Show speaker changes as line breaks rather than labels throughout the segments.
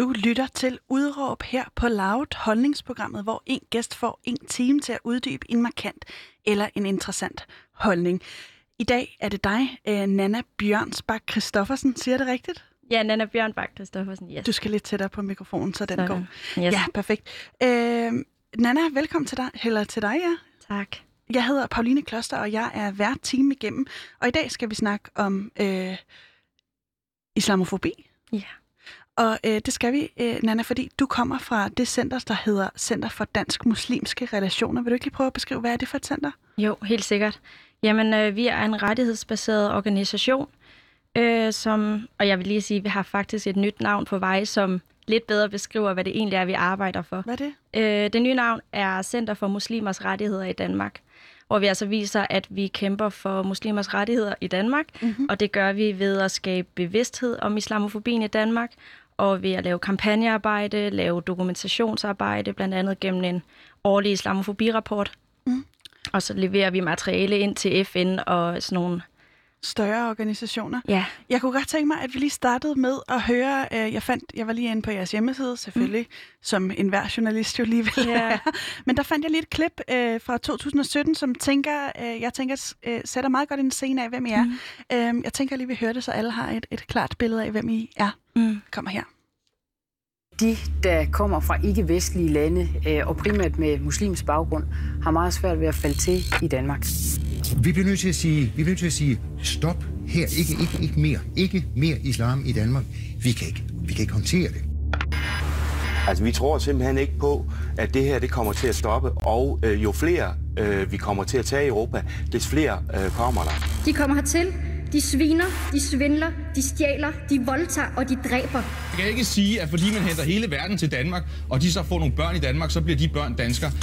Du lytter til Udråb her på Loud, holdningsprogrammet, hvor en gæst får 1 time til at uddybe en markant eller en interessant holdning. I dag er det dig, Nanna Bjørnsbak Christoffersen. Siger det rigtigt?
Ja, Nanna Bjørnsbak Christoffersen, yes.
Du skal lidt tættere på mikrofonen, så den
sådan
går.
Yes.
Ja, perfekt. Nanna, velkommen til dig. Ja.
Tak.
Jeg hedder Pauline Kloster, og jeg er hver time igennem. Og i dag skal vi snakke om islamofobi.
Ja.
Og det skal vi, Nanna, fordi du kommer fra det center, der hedder Center for Dansk-Muslimske Relationer. Vil du ikke lige prøve at beskrive, hvad er det for et center?
Jo, helt sikkert. Jamen, vi er en rettighedsbaseret organisation, og jeg vil lige sige, at vi har faktisk et nyt navn på vej, som lidt bedre beskriver, hvad det egentlig er, vi arbejder for.
Hvad er det?
Det nye navn er Center for Muslimers Rettigheder i Danmark, hvor vi altså viser, at vi kæmper for muslimers rettigheder i Danmark, og det gør vi ved at skabe bevidsthed om islamofobien i Danmark, og ved at lave kampagnearbejde, lave dokumentationsarbejde, blandt andet gennem en årlig islamofobirapport. Og så leverer vi materiale ind til FN og sådan nogle
større organisationer.
Ja.
Jeg kunne godt tænke mig, at vi lige startede med at høre, jeg var lige inde på jeres hjemmeside, selvfølgelig, som enhver journalist jo lige vil være. Men der fandt jeg lige et klip fra 2017, som jeg tænker sætter meget godt en scene af, hvem I er. Jeg tænker lige, vi hører det, så alle har et klart billede af, hvem I er. Kommer her.
De, der kommer fra ikke-vestlige lande, og primært med muslims baggrund, har meget svært ved at falde til i Danmark.
Vi bliver nødt til at sige, stop her, ikke mere islam i Danmark. Vi kan ikke håndtere det.
Altså, vi tror simpelthen ikke på, at det her det kommer til at stoppe, og jo flere vi kommer til at tage i Europa, des flere kommer der.
De kommer hertil, de sviner, de svindler, de stjæler, de voldtager og de dræber.
Jeg kan ikke sige, at fordi man henter hele verden til Danmark, og de så får nogle børn i Danmark, så bliver de børn danskere.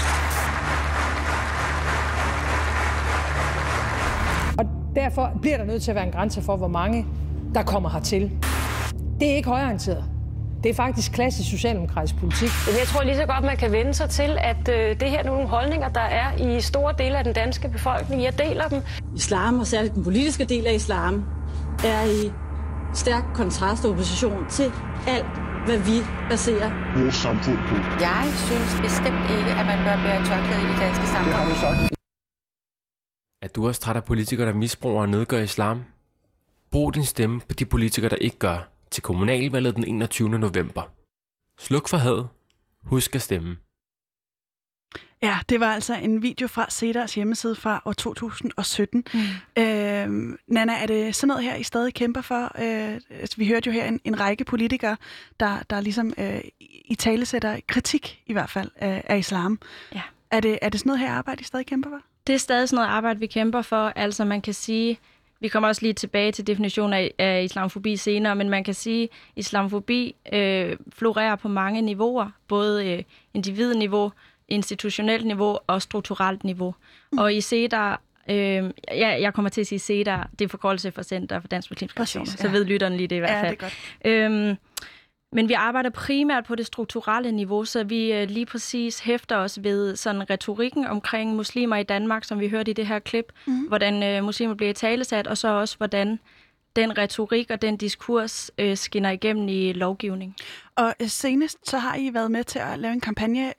Og derfor bliver der nødt til at være en grænse for, hvor mange der kommer hertil. Det er ikke højreorienteret. Det er faktisk klassisk socialdemokratisk politik.
Jeg tror lige så godt, man kan vende sig til, at det her er nogle holdninger, der er i store dele af den danske befolkning. Jeg deler dem.
Islam, og særligt den politiske del af islam, er i stærk kontrast og opposition til alt, hvad vi baserer
vores samfund på.
Jeg synes bestemt ikke, at man bør bære tørklæde i det danske samfund.
Det har du sagt.
Er du også træt af politikere, der misbruger og nedgør islam? Brug din stemme på de politikere, der ikke gør, til kommunalvalget den 21. november. Sluk for had. Husk at stemme.
Ja, det var altså en video fra CEDARs hjemmeside fra år 2017. Nanna, er det sådan noget her, I stadig kæmper for? Vi hørte jo her en række politikere, der ligesom i talesætter kritik i hvert fald af islam.
Ja.
Er det sådan noget her arbejde, I stadig kæmper for?
Det er stadig sådan noget arbejde, vi kæmper for. Altså man kan sige, vi kommer også lige tilbage til definitionen af islamofobi senere, men man kan sige, at islamofobi florerer på mange niveauer, både individniveau, institutionelt niveau og strukturelt niveau. Og i CEDAR, jeg kommer til at sige CEDAR, det er forkortelse for Center for Dansk-Muslimske Relationer, så ved lytterne lige det i hvert fald.
Det er godt.
Men vi arbejder primært på det strukturelle niveau, så vi lige præcis hæfter os ved sådan retorikken omkring muslimer i Danmark, som vi hørte i det her klip, hvordan muslimer bliver talesat, og så også hvordan den retorik og den diskurs skinner igennem i lovgivning.
Og senest så har I været med til at lave en kampagne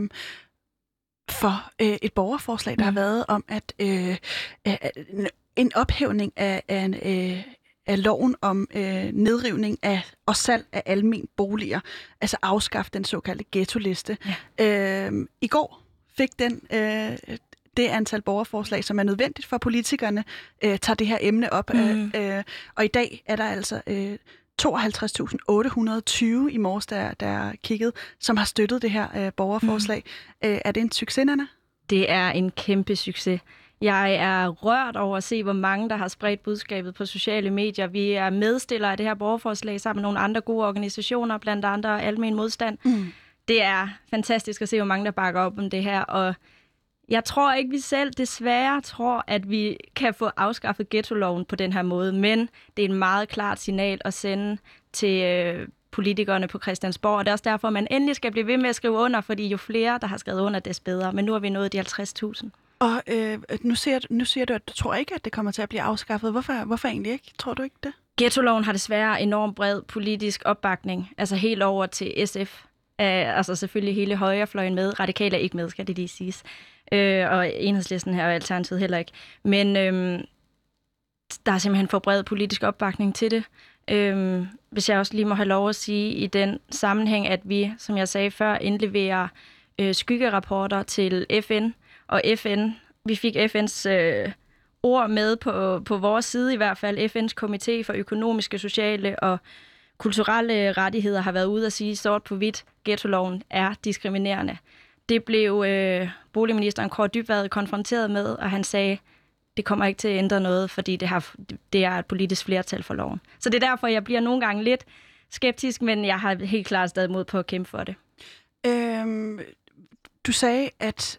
for et borgerforslag, der har været om at en ophævning af loven om nedrivning af og salg af almen boliger, altså afskaffe den såkaldte ghettoliste. Ja. I går fik den det antal borgerforslag, som er nødvendigt for politikerne, tager det her emne op. Og i dag er der altså 52.820 i morges, der kigget, som har støttet det her borgerforslag. Er det en succes, Nanna?
Det er en kæmpe succes. Jeg er rørt over at se, hvor mange, der har spredt budskabet på sociale medier. Vi er medstillere af det her borgerforslag sammen med nogle andre gode organisationer, blandt andre Almen Modstand. Det er fantastisk at se, hvor mange, der bakker op om det her. Og jeg tror ikke, vi selv desværre tror, at vi kan få afskaffet ghettoloven på den her måde. Men det er et meget klart signal at sende til politikerne på Christiansborg. Og det er også derfor, at man endelig skal blive ved med at skrive under, fordi jo flere, der har skrevet under, des bedre. Men nu har vi nået de 50.000.
Og nu siger du, at du tror ikke, at det kommer til at blive afskaffet. Hvorfor egentlig ikke? Tror du ikke det?
Ghettoloven har desværre enormt bred politisk opbakning, altså helt over til SF. Altså selvfølgelig hele højrefløjen med. Radikale er ikke med, skal det lige siges. Og Enhedslisten her og Alternativet heller ikke. Men der er simpelthen for bred politisk opbakning til det. Hvis jeg også lige må have lov at sige i den sammenhæng, at vi, som jeg sagde før, indleverer skyggerapporter til FN. Og vi fik FN's ord med på vores side i hvert fald. FN's komité for økonomiske, sociale og kulturelle rettigheder har været ude at sige sort på hvidt, ghettoloven er diskriminerende. Det blev boligministeren Kaare Dybvad konfronteret med, og han sagde, det kommer ikke til at ændre noget, fordi det er et politisk flertal for loven. Så det er derfor, jeg bliver nogle gange lidt skeptisk, men jeg har helt klart stadig mod på at kæmpe for det.
Du sagde, at...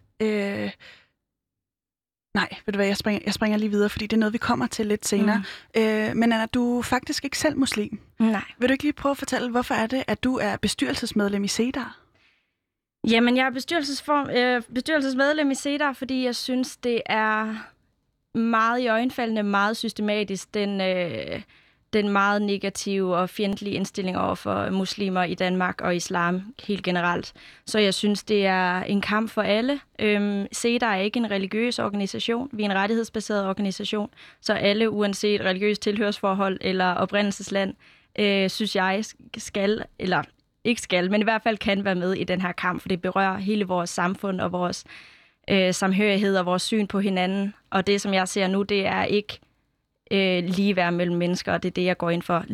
Nej, ved du hvad, jeg springer lige videre, fordi det er noget, vi kommer til lidt senere. Men Anna, du er faktisk ikke selv muslim.
Nej.
Vil du ikke lige prøve at fortælle, hvorfor er det, at du er bestyrelsesmedlem i CEDAR?
Jamen, jeg er bestyrelsesmedlem i CEDAR, fordi jeg synes, det er meget iøjnefaldende, meget systematisk, den meget negative og fjendtlige indstilling over for muslimer i Danmark og islam helt generelt. Så jeg synes, det er en kamp for alle. CEDAR er ikke en religiøs organisation. Vi er en rettighedsbaseret organisation. Så alle, uanset religiøs tilhørsforhold eller oprindelsesland, synes jeg ikke skal, men i hvert fald kan være med i den her kamp, for det berører hele vores samfund og vores samhørighed og vores syn på hinanden. Og det, som jeg ser nu, det er ikke ligeværd mellem mennesker, og det er det, jeg går ind for.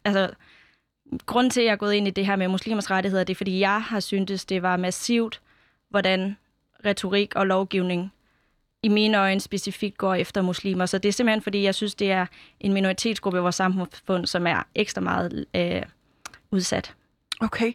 Grunden til, at jeg er gået ind i det her med muslimers rettigheder, det er, fordi jeg har syntes, det var massivt, hvordan retorik og lovgivning i mine øjne specifikt går efter muslimer. Så det er simpelthen, fordi jeg synes, det er en minoritetsgruppe i vores samfund, som er ekstra meget udsat.
Okay.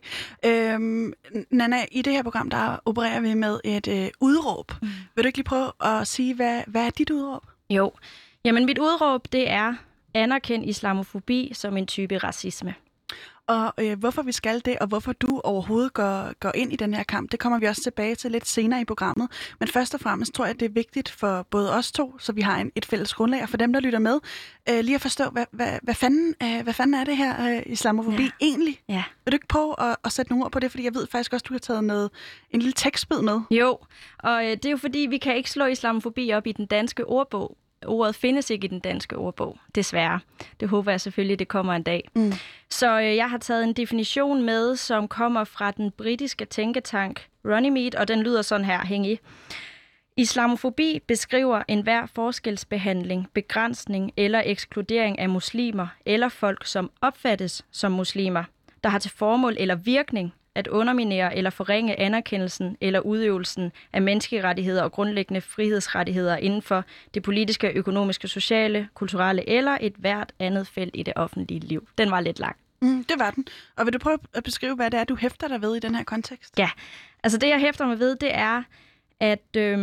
Nanna, i det her program, der opererer vi med et udråb. Vil du ikke lige prøve at sige, hvad er dit udråb?
Jo. Jamen, mit udråb, det er anerkend islamofobi som en type racisme.
Og hvorfor vi skal det, og hvorfor du overhovedet går ind i den her kamp, det kommer vi også tilbage til lidt senere i programmet. Men først og fremmest tror jeg, det er vigtigt for både os to, så vi har et fælles grundlag, og for dem, der lytter med, lige at forstå, hvad fanden er det her islamofobi egentlig?
Ja.
Vil du ikke prøve at sætte nogle ord på det, fordi jeg ved faktisk også, du har taget en lille tekstbid med.
Jo, og det er jo fordi, vi kan ikke slå islamofobi op i den danske ordbog. Ordet findes ikke i den danske ordbog, desværre. Det håber jeg selvfølgelig, det kommer en dag. Så jeg har taget en definition med, som kommer fra den britiske tænketank Runnymede, og den lyder sådan her, hæng i. Islamofobi beskriver enhver forskelsbehandling, begrænsning eller ekskludering af muslimer eller folk, som opfattes som muslimer, der har til formål eller virkning at underminere eller forringe anerkendelsen eller udøvelsen af menneskerettigheder og grundlæggende frihedsrettigheder inden for det politiske, økonomiske, sociale, kulturelle eller et hvert andet felt i det offentlige liv. Den var lidt lang.
Det var den. Og vil du prøve at beskrive, hvad det er, du hæfter dig ved i den her kontekst?
Ja, altså det, jeg hæfter mig ved, det er, at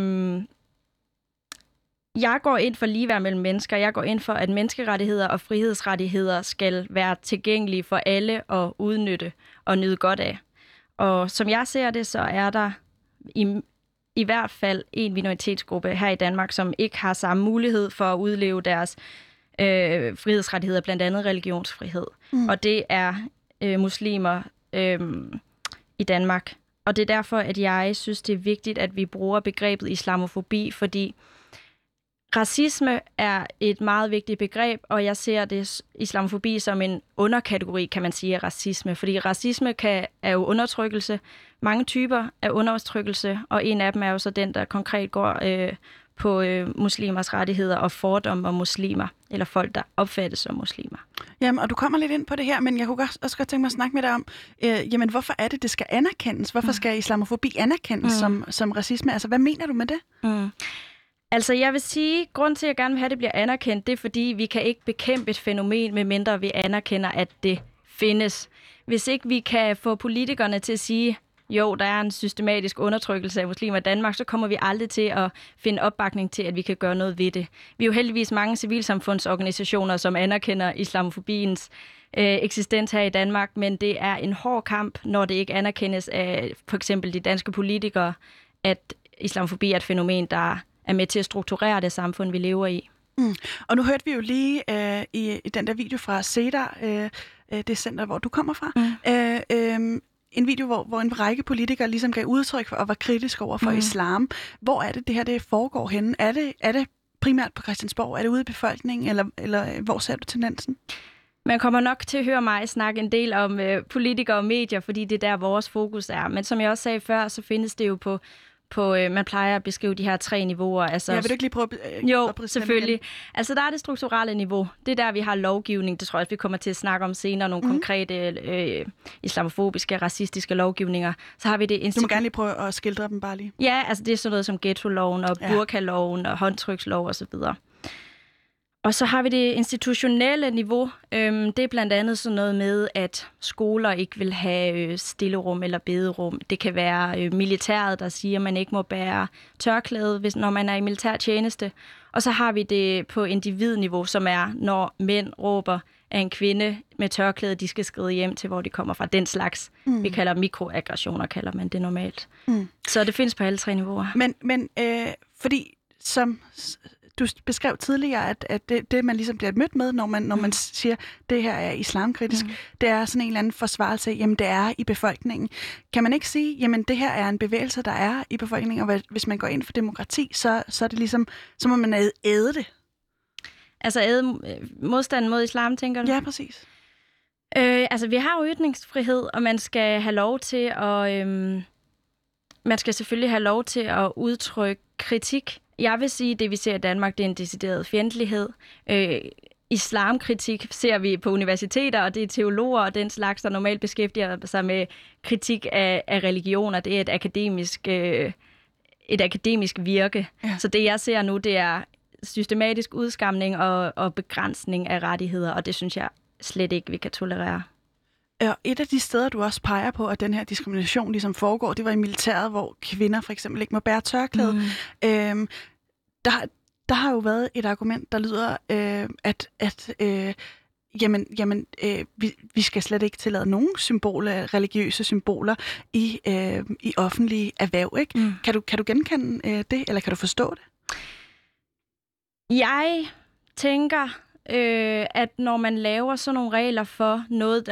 jeg går ind for ligeværd mellem mennesker. Jeg går ind for, at menneskerettigheder og frihedsrettigheder skal være tilgængelige for alle at udnytte og nyde godt af. Og som jeg ser det, så er der i hvert fald en minoritetsgruppe her i Danmark, som ikke har samme mulighed for at udleve deres frihedsrettigheder, blandt andet religionsfrihed. Og det er muslimer i Danmark. Og det er derfor, at jeg synes, det er vigtigt, at vi bruger begrebet islamofobi, fordi racisme er et meget vigtigt begreb, og jeg ser det islamofobi som en underkategori, kan man sige, af racisme. Fordi racisme er jo undertrykkelse. Mange typer af undertrykkelse, og en af dem er jo så den, der konkret går på muslimers rettigheder og fordomme om muslimer, eller folk, der opfattes som muslimer.
Jamen, og du kommer lidt ind på det her, men jeg kunne også godt tænke mig at snakke med dig om, jamen, hvorfor er det skal anerkendes? Hvorfor skal islamofobi anerkendes som racisme? Altså, hvad mener du med det?
Altså, jeg vil sige, grund til, at jeg gerne vil have, at det bliver anerkendt, det er, fordi vi kan ikke bekæmpe et fænomen, medmindre vi anerkender, at det findes. Hvis ikke vi kan få politikerne til at sige, jo, der er en systematisk undertrykkelse af muslimer i Danmark, så kommer vi aldrig til at finde opbakning til, at vi kan gøre noget ved det. Vi er jo heldigvis mange civilsamfundsorganisationer, som anerkender islamofobiens eksistens her i Danmark, men det er en hård kamp, når det ikke anerkendes af for eksempel de danske politikere, at islamofobi er et fænomen, der er med til at strukturere det samfund, vi lever i.
Og nu hørte vi jo lige i den der video fra Cedar, det center, hvor du kommer fra, en video, hvor en række politikere ligesom gav udtryk for og var kritisk over for islam. Hvor er det her det foregår henne? Er det primært på Christiansborg? Er det ude i befolkningen? Eller hvor ser du tendensen?
Man kommer nok til at høre mig snakke en del om politikere og medier, fordi det er der, vores fokus er. Men som jeg også sagde før, så findes det jo på man plejer at beskrive de her 3 niveauer. Altså,
vil du ikke lige prøve
Jo, selvfølgelig. Altså, der er det strukturelle niveau. Det er der, vi har lovgivning. Det tror jeg, vi kommer til at snakke om senere. Nogle konkrete islamofobiske, racistiske lovgivninger. Så har vi det
Du må gerne lige prøve at skildre dem bare lige.
Ja, altså det er sådan noget som ghettoloven og burkaloven og håndtrykslov og så videre. Og så har vi det institutionelle niveau. Det er blandt andet sådan noget med, at skoler ikke vil have stillerum eller bederum. Det kan være militæret, der siger, at man ikke må bære tørklæde, når man er i militærtjeneste. Og så har vi det på individniveau, som er, når mænd råber af en kvinde med tørklæde, de skal skride hjem til, hvor de kommer fra. Den slags, vi kalder mikroaggressioner, kalder man det normalt. Så det findes på alle 3 niveauer.
Men fordi som du beskrev tidligere, at det man ligesom bliver mødt med, når man siger, det her er islamkritisk, det er sådan en eller anden forsvarelse, jamen det er i befolkningen. Kan man ikke sige, jamen det her er en bevægelse, der er i befolkningen, og hvis man går ind for demokrati, så er det ligesom, så må man æde det.
Altså æde modstanden mod islam, tænker du?
Ja, præcis.
Altså vi har jo ytringsfrihed, og man skal have lov til at man skal selvfølgelig have lov til at udtrykke kritik. Jeg vil sige, at det vi ser i Danmark, det er en decideret fjendtlighed. Islamkritik ser vi på universiteter, og det er teologer og den slags, der normalt beskæftiger sig med kritik af religioner. Det er et akademisk virke. Ja. Så det jeg ser nu, det er systematisk udskamning og begrænsning af rettigheder, og det synes jeg slet ikke, vi kan tolerere.
Et af de steder, du også peger på, at den her diskrimination ligesom foregår, det var i militæret, hvor kvinder for eksempel ikke må bære tørklæde. Der har jo været et argument, der lyder, vi skal slet ikke tillade nogen religiøse symboler i offentlige erhverv. Ikke? Kan du genkende det, eller kan du forstå det?
Jeg tænker, at når man laver sådan nogle regler for noget,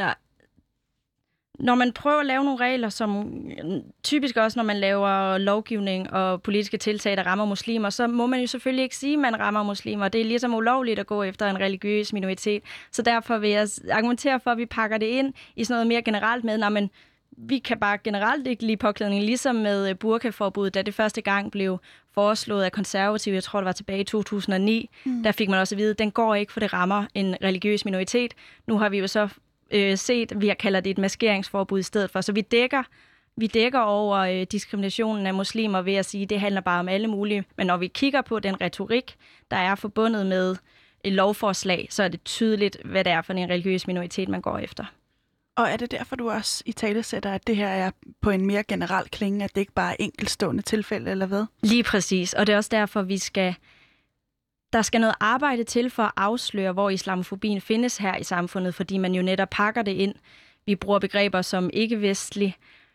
når man prøver at lave nogle regler, som typisk også, når man laver lovgivning og politiske tiltag, der rammer muslimer, så må man jo selvfølgelig ikke sige, at man rammer muslimer. Det er ligesom ulovligt at gå efter en religiøs minoritet. Så derfor vil jeg argumentere for, at vi pakker det ind i sådan noget mere generelt med, men vi kan bare generelt ikke lide påklædning, ligesom med burkaforbuddet, da det første gang blev foreslået af konservative, jeg tror det var tilbage i 2009, der fik man også at vide, at den går ikke, for det rammer en religiøs minoritet. Nu har vi jo så set, vi kalder det et maskeringsforbud i stedet for. Så vi dækker over diskriminationen af muslimer ved at sige, at det handler bare om alle mulige. Men når vi kigger på den retorik, der er forbundet med et lovforslag, så er det tydeligt, hvad det er for en religiøs minoritet, man går efter.
Og er det derfor, du også i tale sætter, at det her er på en mere generel klinge, at det ikke bare er enkeltstående tilfælde, eller hvad?
Lige præcis, og det er også derfor, der skal noget arbejde til for at afsløre, hvor islamofobien findes her i samfundet, fordi man jo netop pakker det ind. Vi bruger begreber som ikke-vestlig,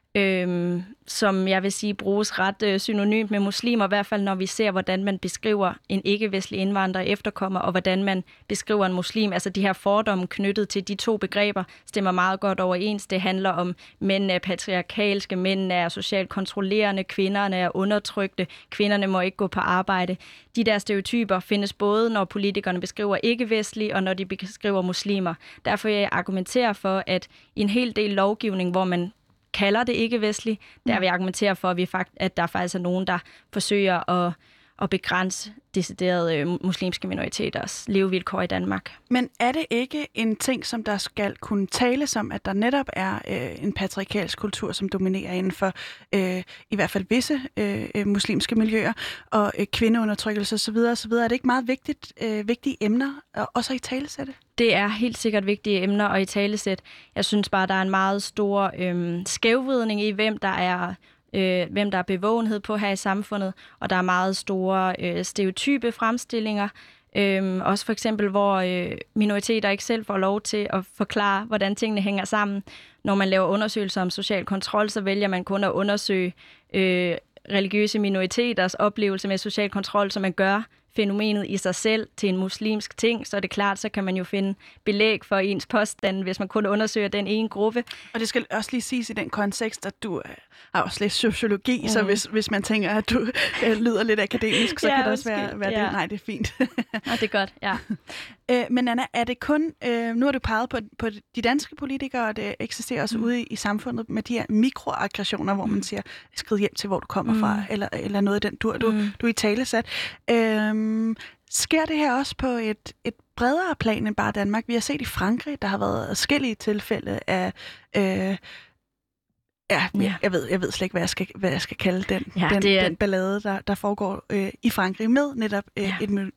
som jeg vil sige bruges ret synonymt med muslimer, i hvert fald når vi ser, hvordan man beskriver en ikke-vestlig indvandrer efterkommer, og hvordan man beskriver en muslim. Altså de her fordomme knyttet til de 2 begreber stemmer meget godt overens. Det handler om, mændene er patriarkalske, mændene er socialt kontrollerende, kvinderne er undertrykte, kvinderne må ikke gå på arbejde. De der stereotyper findes både, når politikerne beskriver ikke-vestlige, og når de beskriver muslimer. Derfor vil jeg argumentere for, at i en hel del lovgivning, hvor man kalder det ikke-vestligt, der vil jeg argumentere for, at der faktisk er nogen, der forsøger at begrænse deciderede muslimske minoriteters levevilkår i Danmark.
Men er det ikke en ting, som der skal kunne tales om, at der netop er en patriarkalsk kultur, som dominerer inden for i hvert fald visse muslimske miljøer, og kvindeundertrykkelse osv. osv.? Er det ikke meget vigtige emner også at italesætte?
Det er helt sikkert vigtige emner at italesætte. Jeg synes bare, der er en meget stor skævvridning i, hvem der er bevågenhed på her i samfundet, og der er meget store stereotype fremstillinger. Også for eksempel, hvor minoriteter ikke selv får lov til at forklare, hvordan tingene hænger sammen. Når man laver undersøgelser om social kontrol, så vælger man kun at undersøge religiøse minoriteters oplevelse med social kontrol, som man gør fænomenet i sig selv til en muslimsk ting, så er det klart, så kan man jo finde belæg for ens påstand, hvis man kun undersøger den ene gruppe.
Og det skal også lige siges i den kontekst, at du har også læst sociologi, så hvis man tænker, at du lyder lidt akademisk, så kan det også være det. Nej, det er fint.
Ja, det er godt, ja.
Men Anna, er det kun, nu har du peget på de danske politikere, og det eksisterer også ude i samfundet med de her mikroaggressioner, hvor man siger, skrid hjem til, hvor du kommer fra, eller noget af den dur, du er i talesat. Sker det her også på et bredere plan end bare Danmark? Vi har set i Frankrig, der har været forskellige tilfælde af... Jeg ved slet ikke, hvad jeg skal kalde den ballade, der foregår i Frankrig med netop et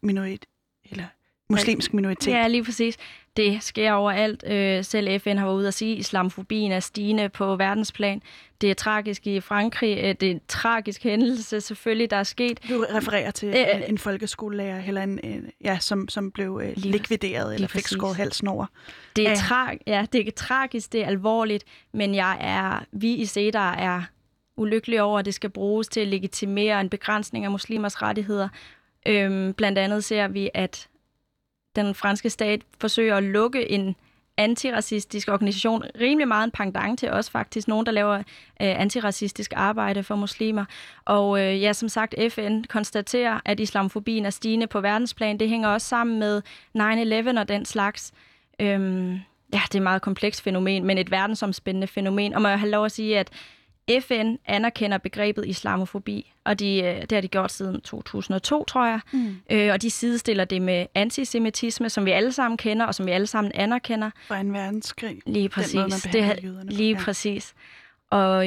muslimsk minoritet.
Ja, lige præcis. Det sker overalt. Selv FN har været ude at sige, at islamofobien er stigende på verdensplan. Det er tragisk i Frankrig. Det er en tragisk hændelse, selvfølgelig, der er sket.
Du refererer til en folkeskolelærer, eller som blev likvideret, eller fik skåret halsen over.
Det er det er tragisk, det er alvorligt, men vi i CEDAR er ulykkelige over, at det skal bruges til at legitimere en begrænsning af muslimers rettigheder. Blandt andet ser vi, at den franske stat forsøger at lukke en antiracistisk organisation, rimelig meget en pendant til os faktisk, nogen, der laver antiracistisk arbejde for muslimer. Og som sagt, FN konstaterer, at islamofobien er stigende på verdensplan. Det hænger også sammen med 9/11 og den slags. Det er et meget komplekst fænomen, men et verdensomspændende fænomen. Og må jeg have lov at sige, at FN anerkender begrebet islamofobi, og det har de gjort siden 2002, tror jeg. Og de sidestiller det med antisemitisme, som vi alle sammen kender, og som vi alle sammen anerkender.
Fra en verdenskrig.
Lige præcis. Præcis. Og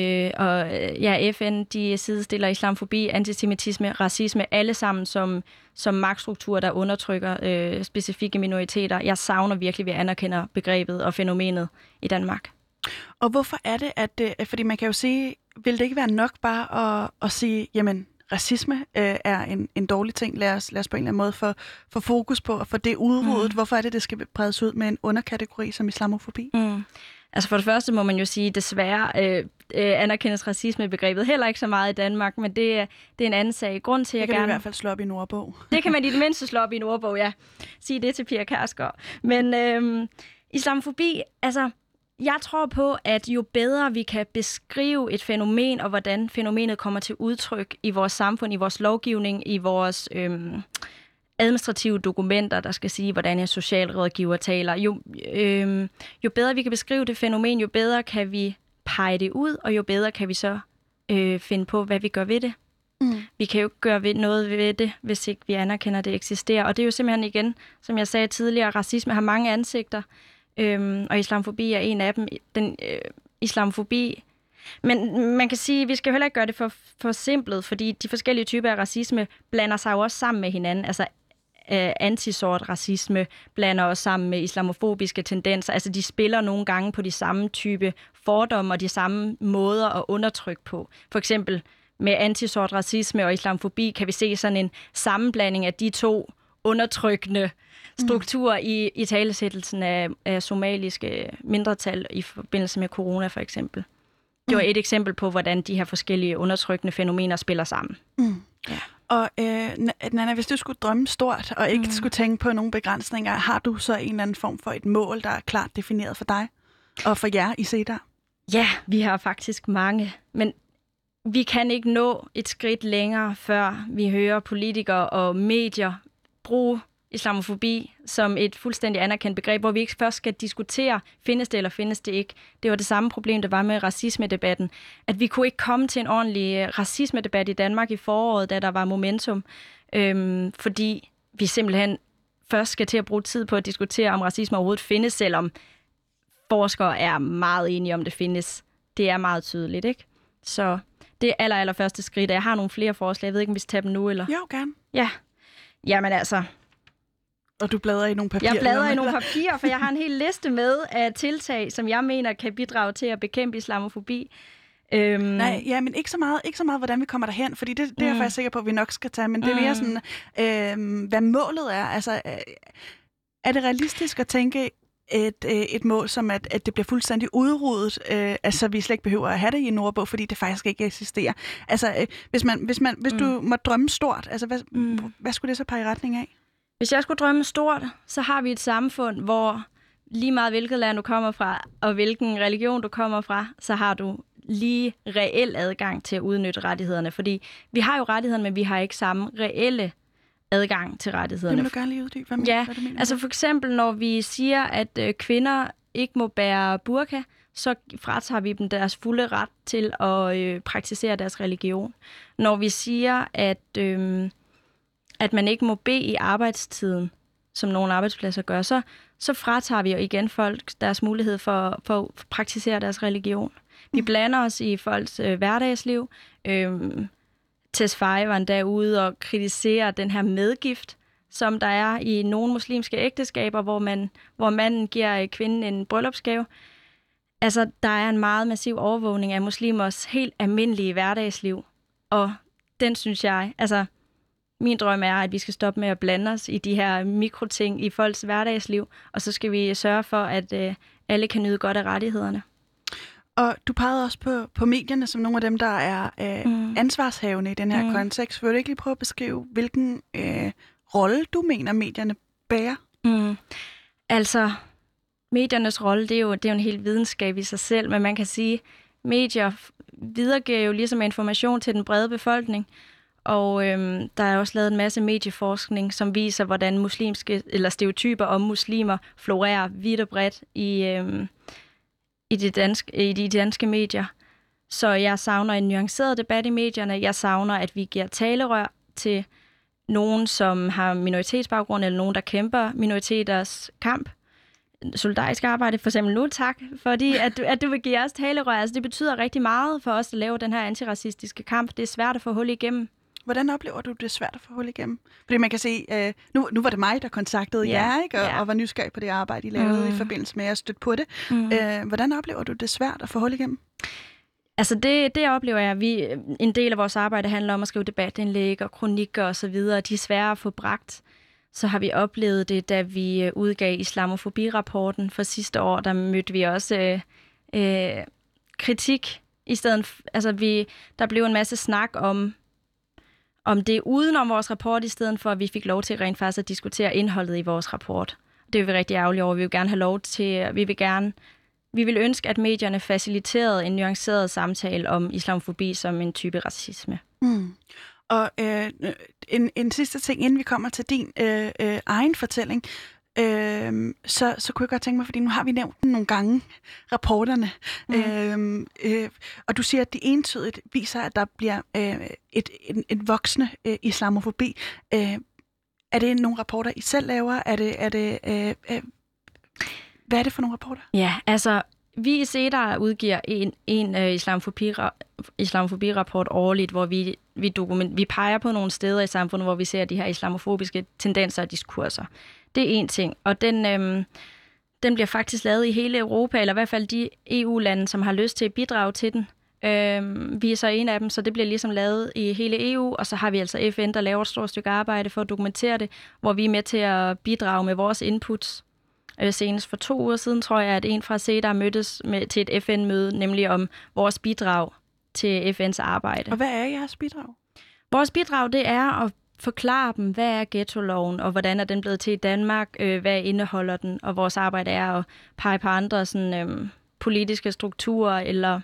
FN, de sidestiller islamofobi, antisemitisme, racisme, alle sammen som magtstrukturer, der undertrykker specifikke minoriteter. Jeg savner virkelig, at vi anerkender begrebet og fænomenet i Danmark.
Og hvorfor er det, fordi man kan jo sige, vil det ikke være nok bare at sige, jamen, racisme er en dårlig ting, lad os på en eller anden måde få fokus på og få det udryddet. Hvorfor er det skal bredes ud med en underkategori som islamofobi?
Altså for det første må man jo sige, desværre anerkendes racismebegrebet heller ikke så meget i Danmark, men det er en anden sag. Grund til,
det kan i hvert fald slå op i en ordbog.
Det kan man i det mindste slå op i en ordbog, ja. Sige det til Pia Kjærsgaard. Men islamofobi, altså... Jeg tror på, at jo bedre vi kan beskrive et fænomen, og hvordan fænomenet kommer til udtryk i vores samfund, i vores lovgivning, i vores administrative dokumenter, der skal sige, hvordan en socialrådgiver taler. Jo bedre vi kan beskrive det fænomen, jo bedre kan vi pege det ud, og jo bedre kan vi så finde på, hvad vi gør ved det. Vi kan jo ikke gøre noget ved det, hvis ikke vi anerkender, at det eksisterer. Og det er jo simpelthen igen, som jeg sagde tidligere, racisme har mange ansigter. Og islamofobi er en af dem. Islamofobi. Men man kan sige, at vi skal jo heller ikke gøre det for simpelt, fordi de forskellige typer af racisme blander sig jo også sammen med hinanden. Altså antisort racisme blander også sammen med islamofobiske tendenser. Altså de spiller nogle gange på de samme type fordomme og de samme måder at undertrykke på. For eksempel med antisort racisme og islamofobi kan vi se sådan en sammenblanding af de to undertrykkende struktur i talesættelsen af somaliske mindretal i forbindelse med corona, for eksempel. Det var et eksempel på, hvordan de her forskellige undertrykkende fænomener spiller sammen.
Ja. Og Nanna, hvis du skulle drømme stort, og ikke skulle tænke på nogle begrænsninger, har du så en eller anden form for et mål, der er klart defineret for dig og for jer i CEDAR?
Ja, vi har faktisk mange, men vi kan ikke nå et skridt længere, før vi hører politikere og medier bruge islamofobi som et fuldstændig anerkendt begreb, hvor vi ikke først skal diskutere, findes det eller findes det ikke. Det var det samme problem, der var med racismedebatten. At vi kunne ikke komme til en ordentlig racismedebat i Danmark i foråret, da der var momentum, fordi vi simpelthen først skal til at bruge tid på at diskutere, om racisme overhovedet findes, selvom forskere er meget enige om, det findes. Det er meget tydeligt, ikke? Så det er allerførste skridt. Jeg har nogle flere forslag. Jeg ved ikke, om vi skal tage dem nu, eller?
Jo, gerne.
Ja. Jamen altså...
Og du bladrer i nogle papirer?
Jeg bladrer i nogle papirer, for jeg har en hel liste med af tiltag, som jeg mener kan bidrage til at bekæmpe islamofobi.
Nej, ja, men ikke så meget, hvordan vi kommer derhen, fordi det er jeg faktisk sikker på, at vi nok skal tage, men det er mere sådan, hvad målet er. Altså, er det realistisk at tænke et mål som, at det bliver fuldstændig udryddet, altså vi slet ikke behøver at have det i en ordbog, fordi det faktisk ikke eksisterer. Altså, hvis du må drømme stort, altså hvad skulle det så pege i retning af?
Hvis jeg skulle drømme stort, så har vi et samfund, hvor lige meget hvilket land du kommer fra, og hvilken religion du kommer fra, så har du lige reel adgang til at udnytte rettighederne. Fordi vi har jo rettighederne, men vi har ikke samme reelle adgang til rettighederne.
Det vil du gerne lige uddybe, hvad du mener.
Altså for eksempel, når vi siger, at kvinder ikke må bære burka, så fratager vi dem deres fulde ret til at praktisere deres religion. Når vi siger, at man ikke må bede i arbejdstiden, som nogle arbejdspladser gør, så fratager vi jo igen folk deres mulighed for at praktisere deres religion. Vi blander os i folks hverdagsliv. Tesfaye var endda ude og kritisere den her medgift, som der er i nogle muslimske ægteskaber, hvor manden giver kvinden en bryllupsgave. Altså, der er en meget massiv overvågning af muslimers helt almindelige hverdagsliv. Og den synes jeg, altså min drøm er, at vi skal stoppe med at blande os i de her mikroting i folks hverdagsliv, og så skal vi sørge for, at alle kan nyde godt af rettighederne.
Og du pegede også på medierne som nogle af dem, der er ansvarshavende i den her kontekst. Vil du ikke lige prøve at beskrive, hvilken rolle du mener, medierne bærer?
Altså, mediernes rolle, det er jo en hel videnskab i sig selv, men man kan sige, medier videregiver jo ligesom information til den brede befolkning. Og der er også lavet en masse medieforskning, som viser, hvordan muslimske eller stereotyper om muslimer florerer vidt og bredt i de danske medier. Så jeg savner en nuanceret debat i medierne. Jeg savner, at vi giver talerør til nogen, som har minoritetsbaggrund, eller nogen, der kæmper minoriteters kamp. Solidarisk arbejde, for eksempel nu, tak, fordi at du vil give os talerør. Altså, det betyder rigtig meget for os at lave den her antiracistiske kamp. Det er svært at få hul igennem.
Hvordan oplever du, det er svært at få hul igennem? Fordi man kan se, nu var det mig, der kontaktede jer, ikke? Og var nysgerrig på det arbejde, I lavede i forbindelse med at støtte på det. Hvordan oplever du, det er svært at få hul igennem?
Altså det oplever jeg, en del af vores arbejde handler om at skrive debatindlæg og kronikker og så videre. De er svære at få bragt. Så har vi oplevet det, da vi udgav islamofobirapporten for sidste år. Der mødte vi også kritik i stedet. Altså der blev en masse snak om det udenom vores rapport, i stedet for, at vi fik lov til rent faktisk at diskutere indholdet i vores rapport. Det er vi rigtig ærgerlige over. Vi vil gerne have lov til, vi vil ønske, at medierne faciliterede en nuanceret samtale om islamofobi som en type racisme.
Og en sidste ting, inden vi kommer til din egen fortælling, så kunne jeg godt tænke mig, fordi nu har vi nævnt nogle gange rapporterne, og du siger, at de entydigt viser, at der bliver et voksende islamofobi. Er det nogle rapporter, I selv laver? Hvad er det for nogle rapporter?
Ja, altså vi i CEDAR udgiver en islamofobirapport årligt, hvor vi peger på nogle steder i samfundet, hvor vi ser de her islamofobiske tendenser og diskurser. Det er en ting, og den bliver faktisk lavet i hele Europa, eller i hvert fald de EU-lande, som har lyst til at bidrage til den. Vi er så en af dem, så det bliver ligesom lavet i hele EU, og så har vi altså FN, der laver et stort stykke arbejde for at dokumentere det, hvor vi er med til at bidrage med vores inputs. Senest for 2 uger siden, tror jeg, at en fra CEDAR mødtes til et FN-møde, nemlig om vores bidrag til FN's arbejde.
Og hvad er jeres bidrag?
Vores bidrag, det er at forklare dem, hvad er ghettoloven, og hvordan er den blevet til i Danmark, hvad indeholder den, og vores arbejde er at pege på andre sådan, politiske strukturer, eller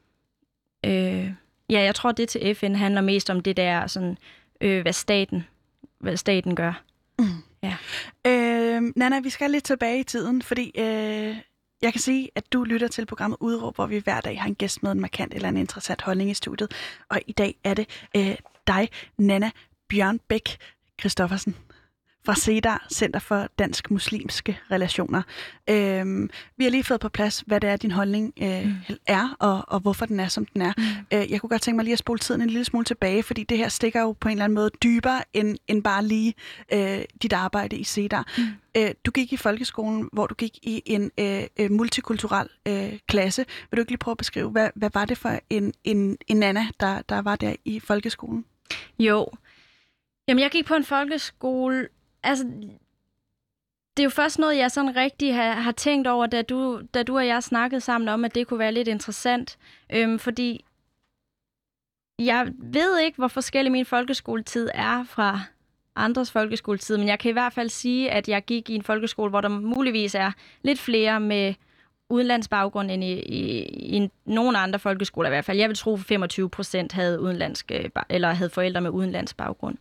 jeg tror, det til FN handler mest om det der, sådan, hvad staten gør. Ja.
Nanna, vi skal lidt tilbage i tiden, fordi jeg kan sige, at du lytter til programmet Udråb, hvor vi hver dag har en gæst med en markant eller en interessant holdning i studiet. Og i dag er det dig, Nanna Bjørnbæk Christoffersen fra CEDAR, Center for Dansk Muslimske Relationer. Vi har lige fået på plads, hvad det er, din holdning er, og hvorfor den er, som den er. Jeg kunne godt tænke mig lige at spole tiden en lille smule tilbage, fordi det her stikker jo på en eller anden måde dybere end bare lige dit arbejde i CEDAR. Du gik i folkeskolen, hvor du gik i en multikulturel klasse. Vil du ikke lige prøve at beskrive, hvad var det for en Nanna, der var der i folkeskolen?
Jo. Jamen, jeg gik på en folkeskole. Altså, det er jo først noget, jeg sådan rigtig har tænkt over, da du og jeg snakkede sammen om, at det kunne være lidt interessant. Fordi jeg ved ikke, hvor forskellig min folkeskoletid er fra andres folkeskoletid, men jeg kan i hvert fald sige, at jeg gik i en folkeskole, hvor der muligvis er lidt flere med udenlandsbaggrund end i nogle andre folkeskoler i hvert fald. Jeg vil tro, at 25% havde havde forældre med udenlandsbaggrund.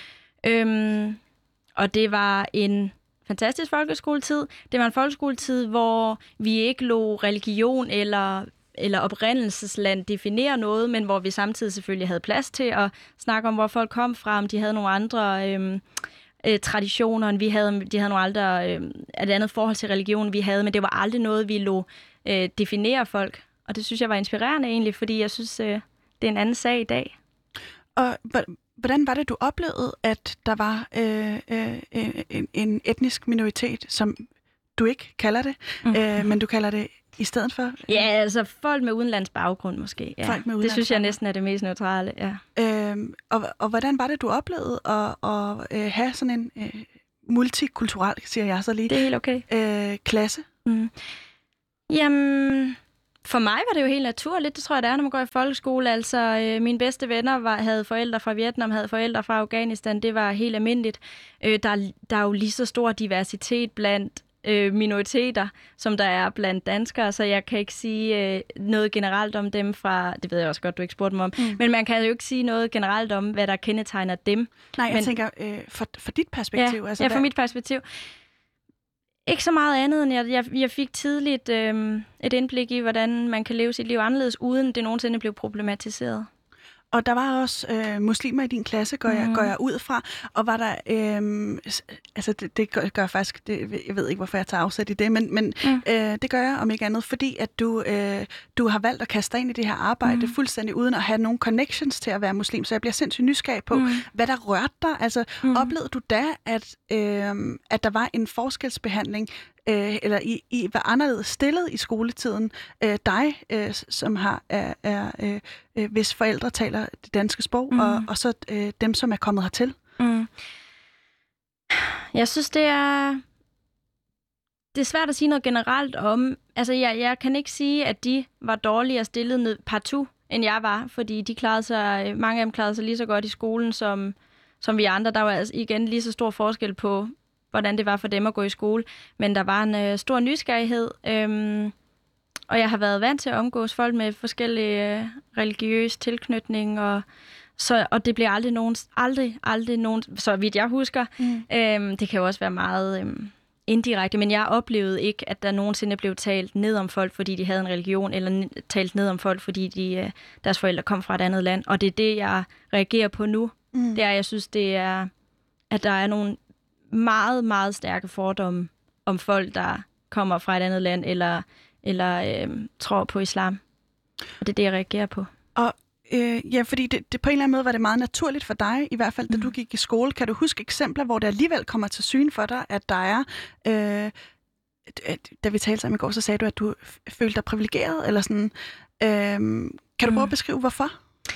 Og det var en fantastisk folkeskoletid. Det var en folkeskoletid, hvor vi ikke lod religion eller oprindelsesland definere noget, men hvor vi samtidig selvfølgelig havde plads til at snakke om, hvor folk kom fra, om de havde nogle andre traditioner, end vi havde. De havde nogle andre, et andet forhold til religion, vi havde, men det var aldrig noget, vi lod definere folk. Og det synes jeg var inspirerende egentlig, fordi jeg synes, det er en anden sag i dag. Og
hvordan var det, du oplevede, at der var en etnisk minoritet, som du ikke kalder det, men du kalder det i stedet for?
Ja, altså folk med udenlandsbaggrund måske. Ja. Folk med det synes jeg næsten er det mest neutrale, ja.
Og hvordan var det, du oplevede at have sådan en multikulturel, siger jeg så lige,
det er helt okay.
Klasse?
Jamen, for mig var det jo helt naturligt. Det tror jeg, det er, når man går i folkeskole. Altså, mine bedste venner havde forældre fra Vietnam, havde forældre fra Afghanistan. Det var helt almindeligt. Der er jo lige så stor diversitet blandt minoriteter, som der er blandt danskere, så jeg kan ikke sige noget generelt om dem fra, det ved jeg også godt, du ikke spurgte mig om, men man kan jo ikke sige noget generelt om, hvad der kendetegner dem.
Nej, jeg tænker, for dit perspektiv.
Ja, altså, fra mit perspektiv. Ikke så meget andet, end jeg fik tidligt et indblik i, hvordan man kan leve sit liv anderledes, uden det nogensinde blev problematiseret.
Og der var også muslimer i din klasse, går jeg ud fra. Og var der, altså det gør faktisk, jeg ved ikke, hvorfor jeg tager afsæt i det, men det gør jeg om ikke andet, fordi at du har valgt at kaste dig ind i det her arbejde fuldstændig uden at have nogen connections til at være muslim. Så jeg bliver sindssygt nysgerrig på, hvad der rørte dig. Altså oplevede du da, at der var en forskelsbehandling, eller I var anderledes stillet i skoletiden, dig, som hvis forældre taler det danske sprog, og så dem, som er kommet hertil?
Jeg synes, det er svært at sige noget generelt om. Altså, jeg kan ikke sige, at de var dårligere stillet partout, end jeg var, fordi mange af dem klarede sig lige så godt i skolen, som vi andre. Der var altså igen lige så stor forskel på, hvordan det var for dem at gå i skole. Men der var en stor nysgerrighed, og jeg har været vant til at omgås folk med forskellige religiøs tilknytning, og det bliver aldrig nogen, så vidt jeg husker. Det kan jo også være meget indirekte, men jeg oplevede ikke, at der nogensinde blev talt ned om folk, fordi de havde en religion, eller talt ned om folk, fordi deres forældre kom fra et andet land. Og det er det, jeg reagerer på nu. Det er, jeg synes, det er, at der er nogle meget, meget stærke fordomme om folk, der kommer fra et andet land, eller tror på islam. Og det er det, jeg reagerer på.
Og ja, fordi det på en eller anden måde var det meget naturligt for dig, i hvert fald da du gik i skole. Kan du huske eksempler, hvor det alligevel kommer til syne for dig, at der er, da vi talte sammen i går, så sagde du, at du følte dig privilegeret, eller sådan. Kan du prøve at beskrive, hvorfor?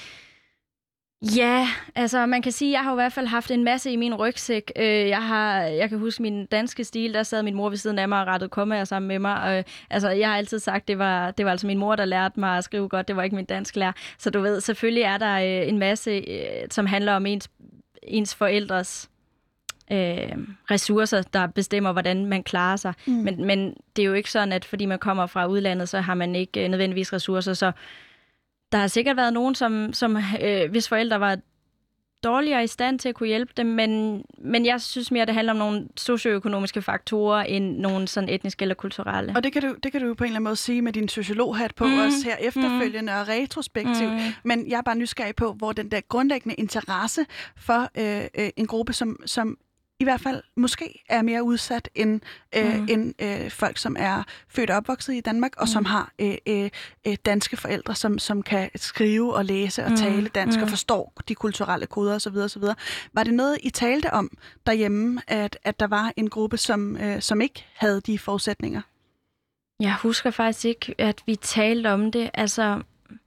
Ja, altså man kan sige, at jeg har i hvert fald haft en masse i min rygsæk. Jeg kan huske min danske stil, der sad min mor ved siden af mig og rettede kommaer sammen med mig. Altså jeg har altid sagt, det var altså min mor, der lærte mig at skrive godt, det var ikke min dansklærer. Så du ved, selvfølgelig er der en masse, som handler om ens forældres ressourcer, der bestemmer, hvordan man klarer sig. Men det er jo ikke sådan, at fordi man kommer fra udlandet, så har man ikke nødvendigvis ressourcer, så der har sikkert været nogen, som hvis forældre var dårligere i stand til at kunne hjælpe dem, men jeg synes mere, det handler om nogle socioøkonomiske faktorer end nogle sådan etniske eller kulturelle.
Og det kan du på en eller anden måde sige med din sociologhat på os her efterfølgende og retrospektivt, men jeg er bare nysgerrig på, hvor den der grundlæggende interesse for en gruppe, som i hvert fald måske er mere udsat end folk, som er født og opvokset i Danmark, og som har danske forældre, som kan skrive og læse og tale dansk og forstår de kulturelle koder osv. osv. Var det noget, I talte om derhjemme, at der var en gruppe, som ikke havde de forudsætninger?
Jeg husker faktisk ikke, at vi talte om det. Altså,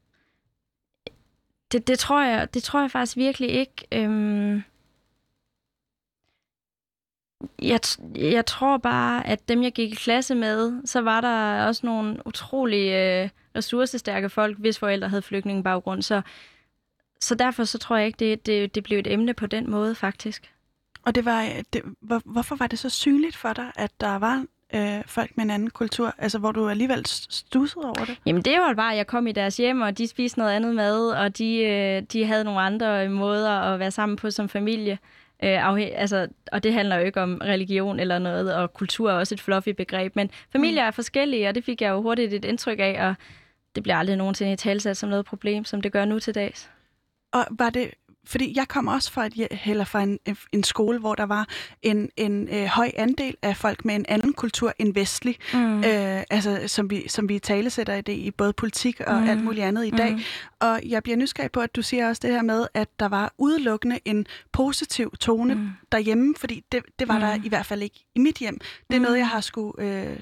det tror jeg faktisk virkelig ikke. Jeg tror bare, at dem, jeg gik i klasse med, så var der også nogle utrolig ressourcestærke folk, hvis forældre havde flygtningebaggrund. Så derfor så tror jeg ikke, det blev et emne på den måde, faktisk.
Og hvorfor var det så synligt for dig, at der var folk med en anden kultur, altså hvor du alligevel stussede over det?
Jamen det var bare, at jeg kom i deres hjem, og de spiste noget andet mad, og de havde nogle andre måder at være sammen på som familie. Og det handler jo ikke om religion eller noget, og kultur er også et fluffy begreb, men familier er forskellige, og det fik jeg jo hurtigt et indtryk af, og det bliver aldrig nogensinde italesat som noget problem, som det gør nu til dags. Og
var det, fordi jeg kom også fra en skole, hvor der var en høj andel af folk med en anden kultur end vestlig, som vi talesætter i det i både politik og alt muligt andet i dag. Og jeg bliver nysgerrig på, at du siger også det her med, at der var udelukkende en positiv tone derhjemme, fordi det var der i hvert fald ikke i mit hjem. Det er noget, jeg har skulle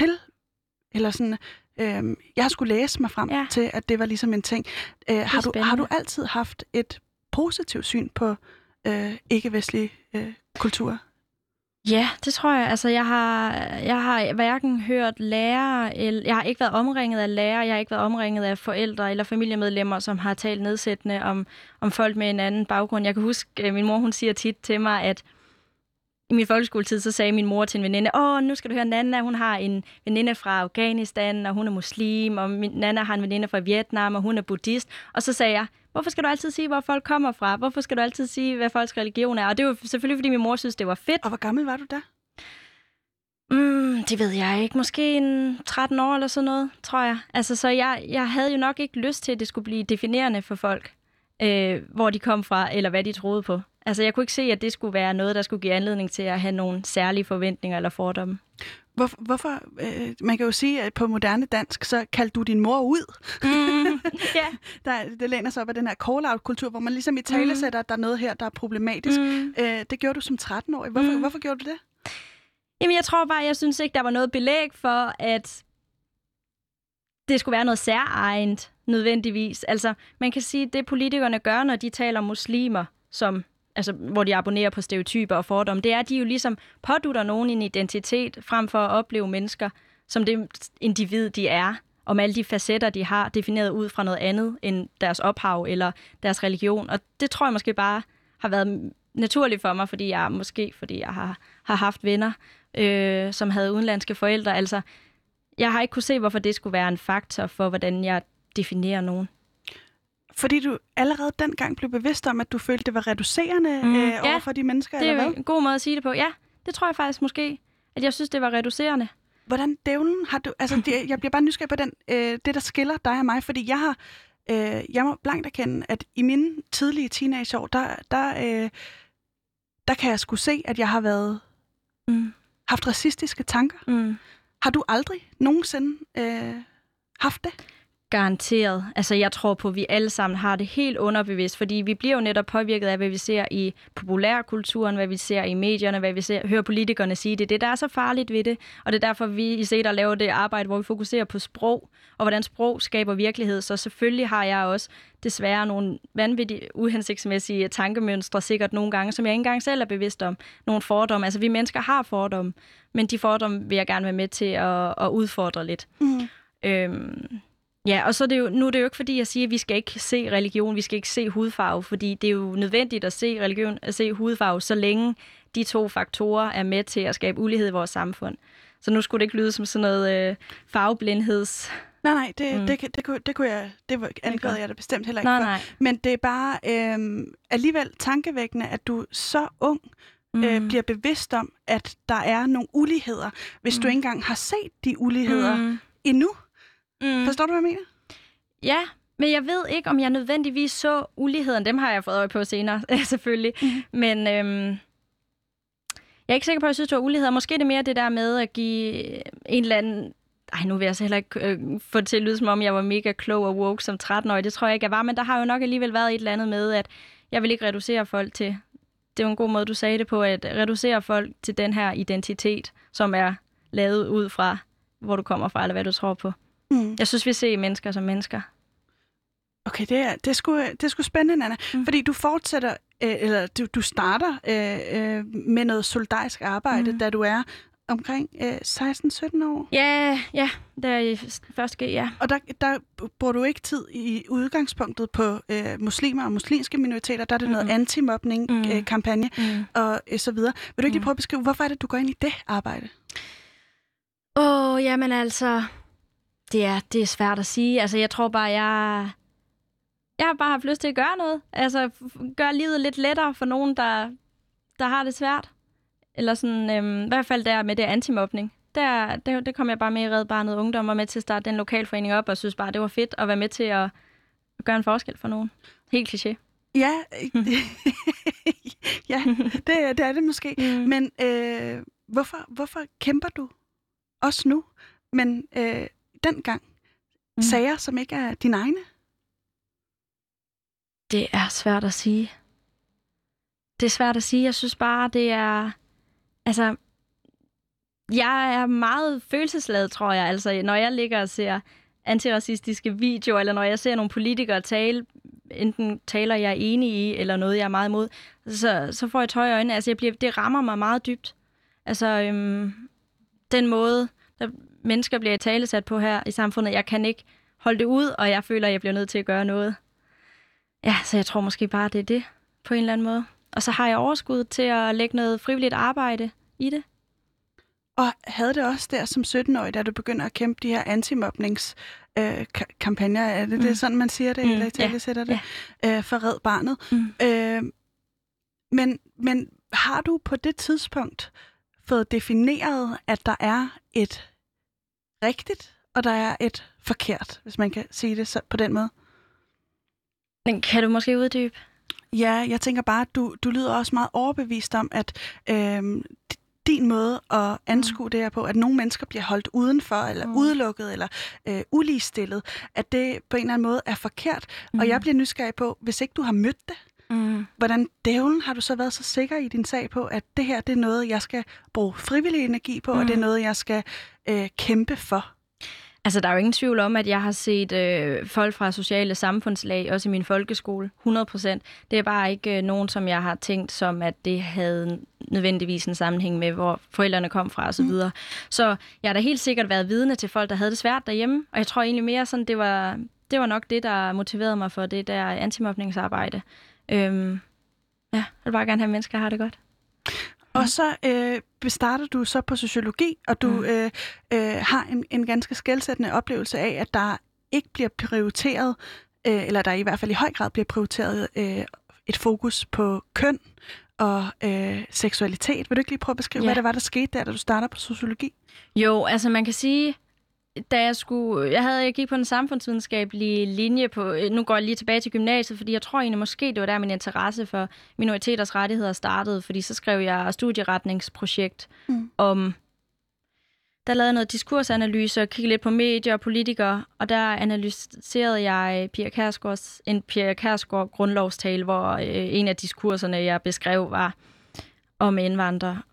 jeg har skulle læse mig frem til, at det var ligesom en ting. Har du altid haft et positivt syn på ikke-vestlige kulturer?
Ja, det tror jeg. Altså, jeg har hverken hørt lærere, jeg har ikke været omringet af lærere, jeg har ikke været omringet af forældre eller familiemedlemmer, som har talt nedsættende om folk med en anden baggrund. Jeg kan huske, min mor hun siger tit til mig, at i min folkeskoletid, så sagde min mor til en veninde, nu skal du høre Nana, hun har en veninde fra Afghanistan, og hun er muslim, og Nana har en veninde fra Vietnam, og hun er buddhist. Og så sagde jeg, hvorfor skal du altid sige, hvor folk kommer fra? Hvorfor skal du altid sige, hvad folks religion er? Og det var selvfølgelig, fordi min mor synes, det var fedt.
Og hvor gammel var du da?
Det ved jeg ikke. Måske en 13 år eller sådan noget, tror jeg. Altså, så jeg havde jo nok ikke lyst til, at det skulle blive definerende for folk, hvor de kom fra, eller hvad de troede på. Altså, jeg kunne ikke se, at det skulle være noget, der skulle give anledning til at have nogle særlige forventninger eller fordomme.
Hvorfor? Man kan jo sige, at på moderne dansk, så kaldte du din mor ud. Det læner sig op af den her call-out-kultur, hvor man ligesom i tale sætter, at der er noget her, der er problematisk. Det gjorde du som 13-årig. Hvorfor gjorde du det?
Jamen, jeg tror bare, jeg synes ikke, der var noget belæg for, at det skulle være noget særegent nødvendigvis. Altså, man kan sige, at det politikerne gør, når de taler om muslimer, hvor de abonnerer på stereotyper og fordomme, det er, at de jo ligesom pådutter nogen en identitet, frem for at opleve mennesker som det individ, de er, og med alle de facetter, de har, defineret ud fra noget andet end deres ophav eller deres religion. Og det tror jeg måske bare har været naturligt for mig, fordi jeg har haft venner, som havde udenlandske forældre. Altså, jeg har ikke kunne se, hvorfor det skulle være en faktor for, hvordan jeg definerer nogen.
Fordi du allerede dengang blev bevidst om, at du følte, det var reducerende over for de mennesker,
det
eller
er
hvad?
en god måde at sige det på. Ja, det tror jeg faktisk måske, at jeg synes, det var reducerende.
Hvordan dævlen har du... Altså, jeg bliver bare nysgerrig på det, der skiller dig og mig, fordi jeg må blankt erkende, at i mine tidlige teenageår, der kan jeg sgu se, at jeg har været haft racistiske tanker. Har du aldrig nogensinde haft det?
Garanteret. Altså, jeg tror på, at vi alle sammen har det helt underbevidst, fordi vi bliver jo netop påvirket af, hvad vi ser i populærkulturen, hvad vi ser i medierne, hvad vi hører politikerne sige. Det er det, der er så farligt ved det, og det er derfor, vi i CEDAR laver det arbejde, hvor vi fokuserer på sprog, og hvordan sprog skaber virkelighed. Så selvfølgelig har jeg også desværre nogle vanvittigt uhensigtsmæssige tankemønstre, sikkert nogle gange, som jeg ikke engang selv er bevidst om. Nogle fordomme. Altså, vi mennesker har fordomme, men de fordomme vil jeg gerne være med til at udfordre lidt. Ja, og så nu er det jo ikke fordi, jeg siger, at vi skal ikke se religion, vi skal ikke se hudfarve, fordi det er jo nødvendigt at se religion, at se hudfarve, så længe de to faktorer er med til at skabe ulighed i vores samfund. Så nu skulle det ikke lyde som sådan noget farveblindheds...
Nej, det kunne jeg... Det anklagede jeg da bestemt heller ikke for.
Nej.
Men det er bare alligevel tankevækkende, at du så ung bliver bevidst om, at der er nogle uligheder, hvis du ikke engang har set de uligheder endnu. Forstår du, hvad jeg mener?
Ja, men jeg ved ikke, om jeg nødvendigvis så uligheden. Dem har jeg fået øje på senere, selvfølgelig. Men jeg er ikke sikker på, at jeg synes, det var uligheder. Måske det mere det der med at give en eller anden... nu vil jeg så heller ikke få det til at lyde, som om jeg var mega klog og woke som 13-årig. Det tror jeg ikke, jeg var. Men der har jo nok alligevel været et eller andet med, at jeg vil ikke reducere folk til... Det er jo en god måde, du sagde det på, at reducere folk til den her identitet, som er lavet ud fra, hvor du kommer fra, eller hvad du tror på. Jeg synes, vi ser mennesker som mennesker.
Okay, det er sgu spændende, Anna. Fordi du fortsætter eller du starter med noget solidarisk arbejde, da du er omkring 16-17 år?
Ja, der er i første G, ja.
Og der bruger du ikke tid i udgangspunktet på muslimer og muslimske minoriteter. Der er det noget anti-mobning-kampagne og så videre. Vil du ikke lige prøve at beskrive, hvorfor er det, du går ind i det arbejde?
Jamen altså, det er svært at sige. Altså, jeg tror bare, jeg har bare haft lyst til at gøre noget. Altså, gøre livet lidt lettere for nogen, der har det svært. Eller sådan, i hvert fald der med det antimobning. Det kom jeg bare med i Red Barnet Ungdom og med til at starte den lokalforening op, og synes bare, det var fedt at være med til at gøre en forskel for nogen. Helt kliché.
Ja, ja, det er det måske. Men hvorfor kæmper du også nu, men dengang sager, som ikke er dine egne?
Det er svært at sige. Det er svært at sige. Jeg synes bare, det er... Altså, jeg er meget følelsesladet, tror jeg. Altså, når jeg ligger og ser antiracistiske videoer, eller når jeg ser nogle politikere tale, enten taler jeg er enig i, eller noget, jeg er meget imod, så får jeg tøje øjne. Altså, det rammer mig meget dybt. Altså, den måde, der mennesker bliver talesat på her i samfundet, jeg kan ikke holde det ud, og jeg føler, at jeg bliver nødt til at gøre noget. Ja, så jeg tror måske bare, det er det, på en eller anden måde. Og så har jeg overskud til at lægge noget frivilligt arbejde i det.
Og havde det også der som 17-årig, da du begynder at kæmpe de her antimobningskampagner? Er det sådan, man siger det, eller i tale sætter det, for Red Barnet? Men har du på det tidspunkt fået defineret, at der er et rigtigt, og der er et forkert, hvis man kan sige det på den måde?
Men kan du måske uddybe?
Ja, jeg tænker bare, at du lyder også meget overbevist om, at din måde at anskue det her på, at nogle mennesker bliver holdt udenfor, eller udelukket, eller uligestillet, at det på en eller anden måde er forkert. Og jeg bliver nysgerrig på, hvis ikke du har mødt det, hvordan dævlen har du så været så sikker i din sag på, at det her, det er noget, jeg skal bruge frivillig energi på, og det er noget, jeg skal kæmpe for?
Altså, der er jo ingen tvivl om, at jeg har set folk fra sociale samfundslag, også i min folkeskole, 100%. Det er bare ikke nogen, som jeg har tænkt som, at det havde nødvendigvis en sammenhæng med, hvor forældrene kom fra osv. Så jeg har da helt sikkert været vidne til folk, der havde det svært derhjemme, og jeg tror egentlig mere sådan, det var nok det, der motiverede mig for det der antimobningsarbejde. Jeg vil bare gerne have, at mennesker har det godt.
Og så starter du så på sociologi, og du har en ganske skelsættende oplevelse af, at der ikke bliver prioriteret, eller der i hvert fald i høj grad bliver prioriteret et fokus på køn og seksualitet. Vil du ikke lige prøve at beskrive, hvad det var, der skete der, da du starter på sociologi?
Jo, altså man kan sige, da jeg gik på en samfundsvidenskabelig linje nu går jeg lige tilbage til gymnasiet, fordi jeg tror egentlig måske, det var der min interesse for minoriteters rettigheder startede, fordi så skrev jeg studieretningsprojekt om, der lavede noget diskursanalyse og kiggede lidt på medier og politikere, og der analyserede jeg en Pia Kjærsgaard grundlovstale, hvor en af diskurserne, jeg beskrev, var om indvandrere.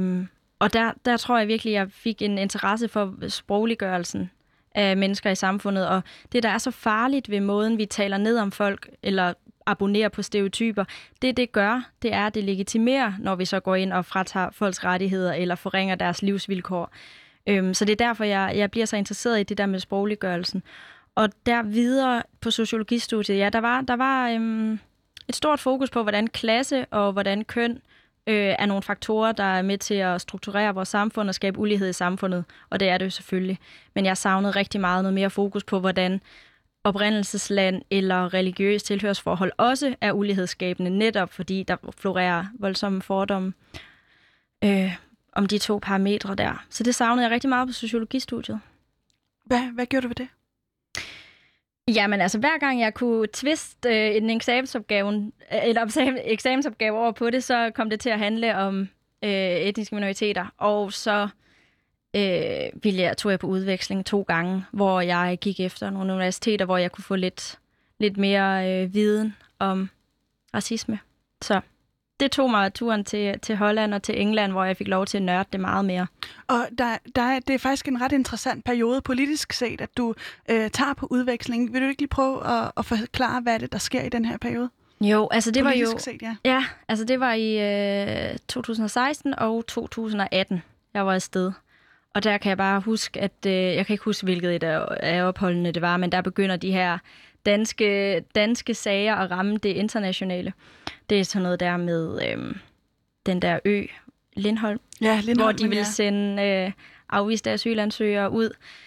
Og der tror jeg virkelig, jeg fik en interesse for sprogliggørelsen af mennesker i samfundet. Og det, der er så farligt ved måden, vi taler ned om folk, eller abonnerer på stereotyper, det gør, det er, at det legitimerer, når vi så går ind og fratager folks rettigheder, eller forringer deres livsvilkår. Så det er derfor, jeg bliver så interesseret i det der med sprogliggørelsen. Og der videre på sociologistudiet, ja, der var et stort fokus på, hvordan klasse og hvordan køn er nogle faktorer, der er med til at strukturere vores samfund og skabe ulighed i samfundet, og det er det jo selvfølgelig. Men jeg savnede rigtig meget noget mere fokus på, hvordan oprindelsesland eller religiøs tilhørsforhold også er ulighedsskabende, netop fordi der florerer voldsomme fordomme om de to parametre der. Så det savnede jeg rigtig meget på sociologistudiet.
Hvad gjorde du ved det?
Jamen altså, hver gang jeg kunne twiste en eksamensopgave over på det, så kom det til at handle om etniske minoriteter. Og så tog jeg på udveksling 2 gange, hvor jeg gik efter nogle universiteter, hvor jeg kunne få lidt mere viden om racisme. Så det tog mig turen til Holland og til England, hvor jeg fik lov til at nørde det meget mere. Og
det er faktisk en ret interessant periode politisk set, at du tager på udveksling. Vil du ikke lige prøve at forklare, hvad er det, der sker i den her periode?
Jo, altså det var jo...
Set, ja.
Ja, altså det var i 2016 og 2018, jeg var afsted. Og der kan jeg bare huske, at jeg kan ikke huske, hvilket af opholdene det var, men der begynder de her danske sager at ramme det internationale. Det er sådan noget der med den der ø, Lindholm, hvor de ville sende afviste asylansøgere ud.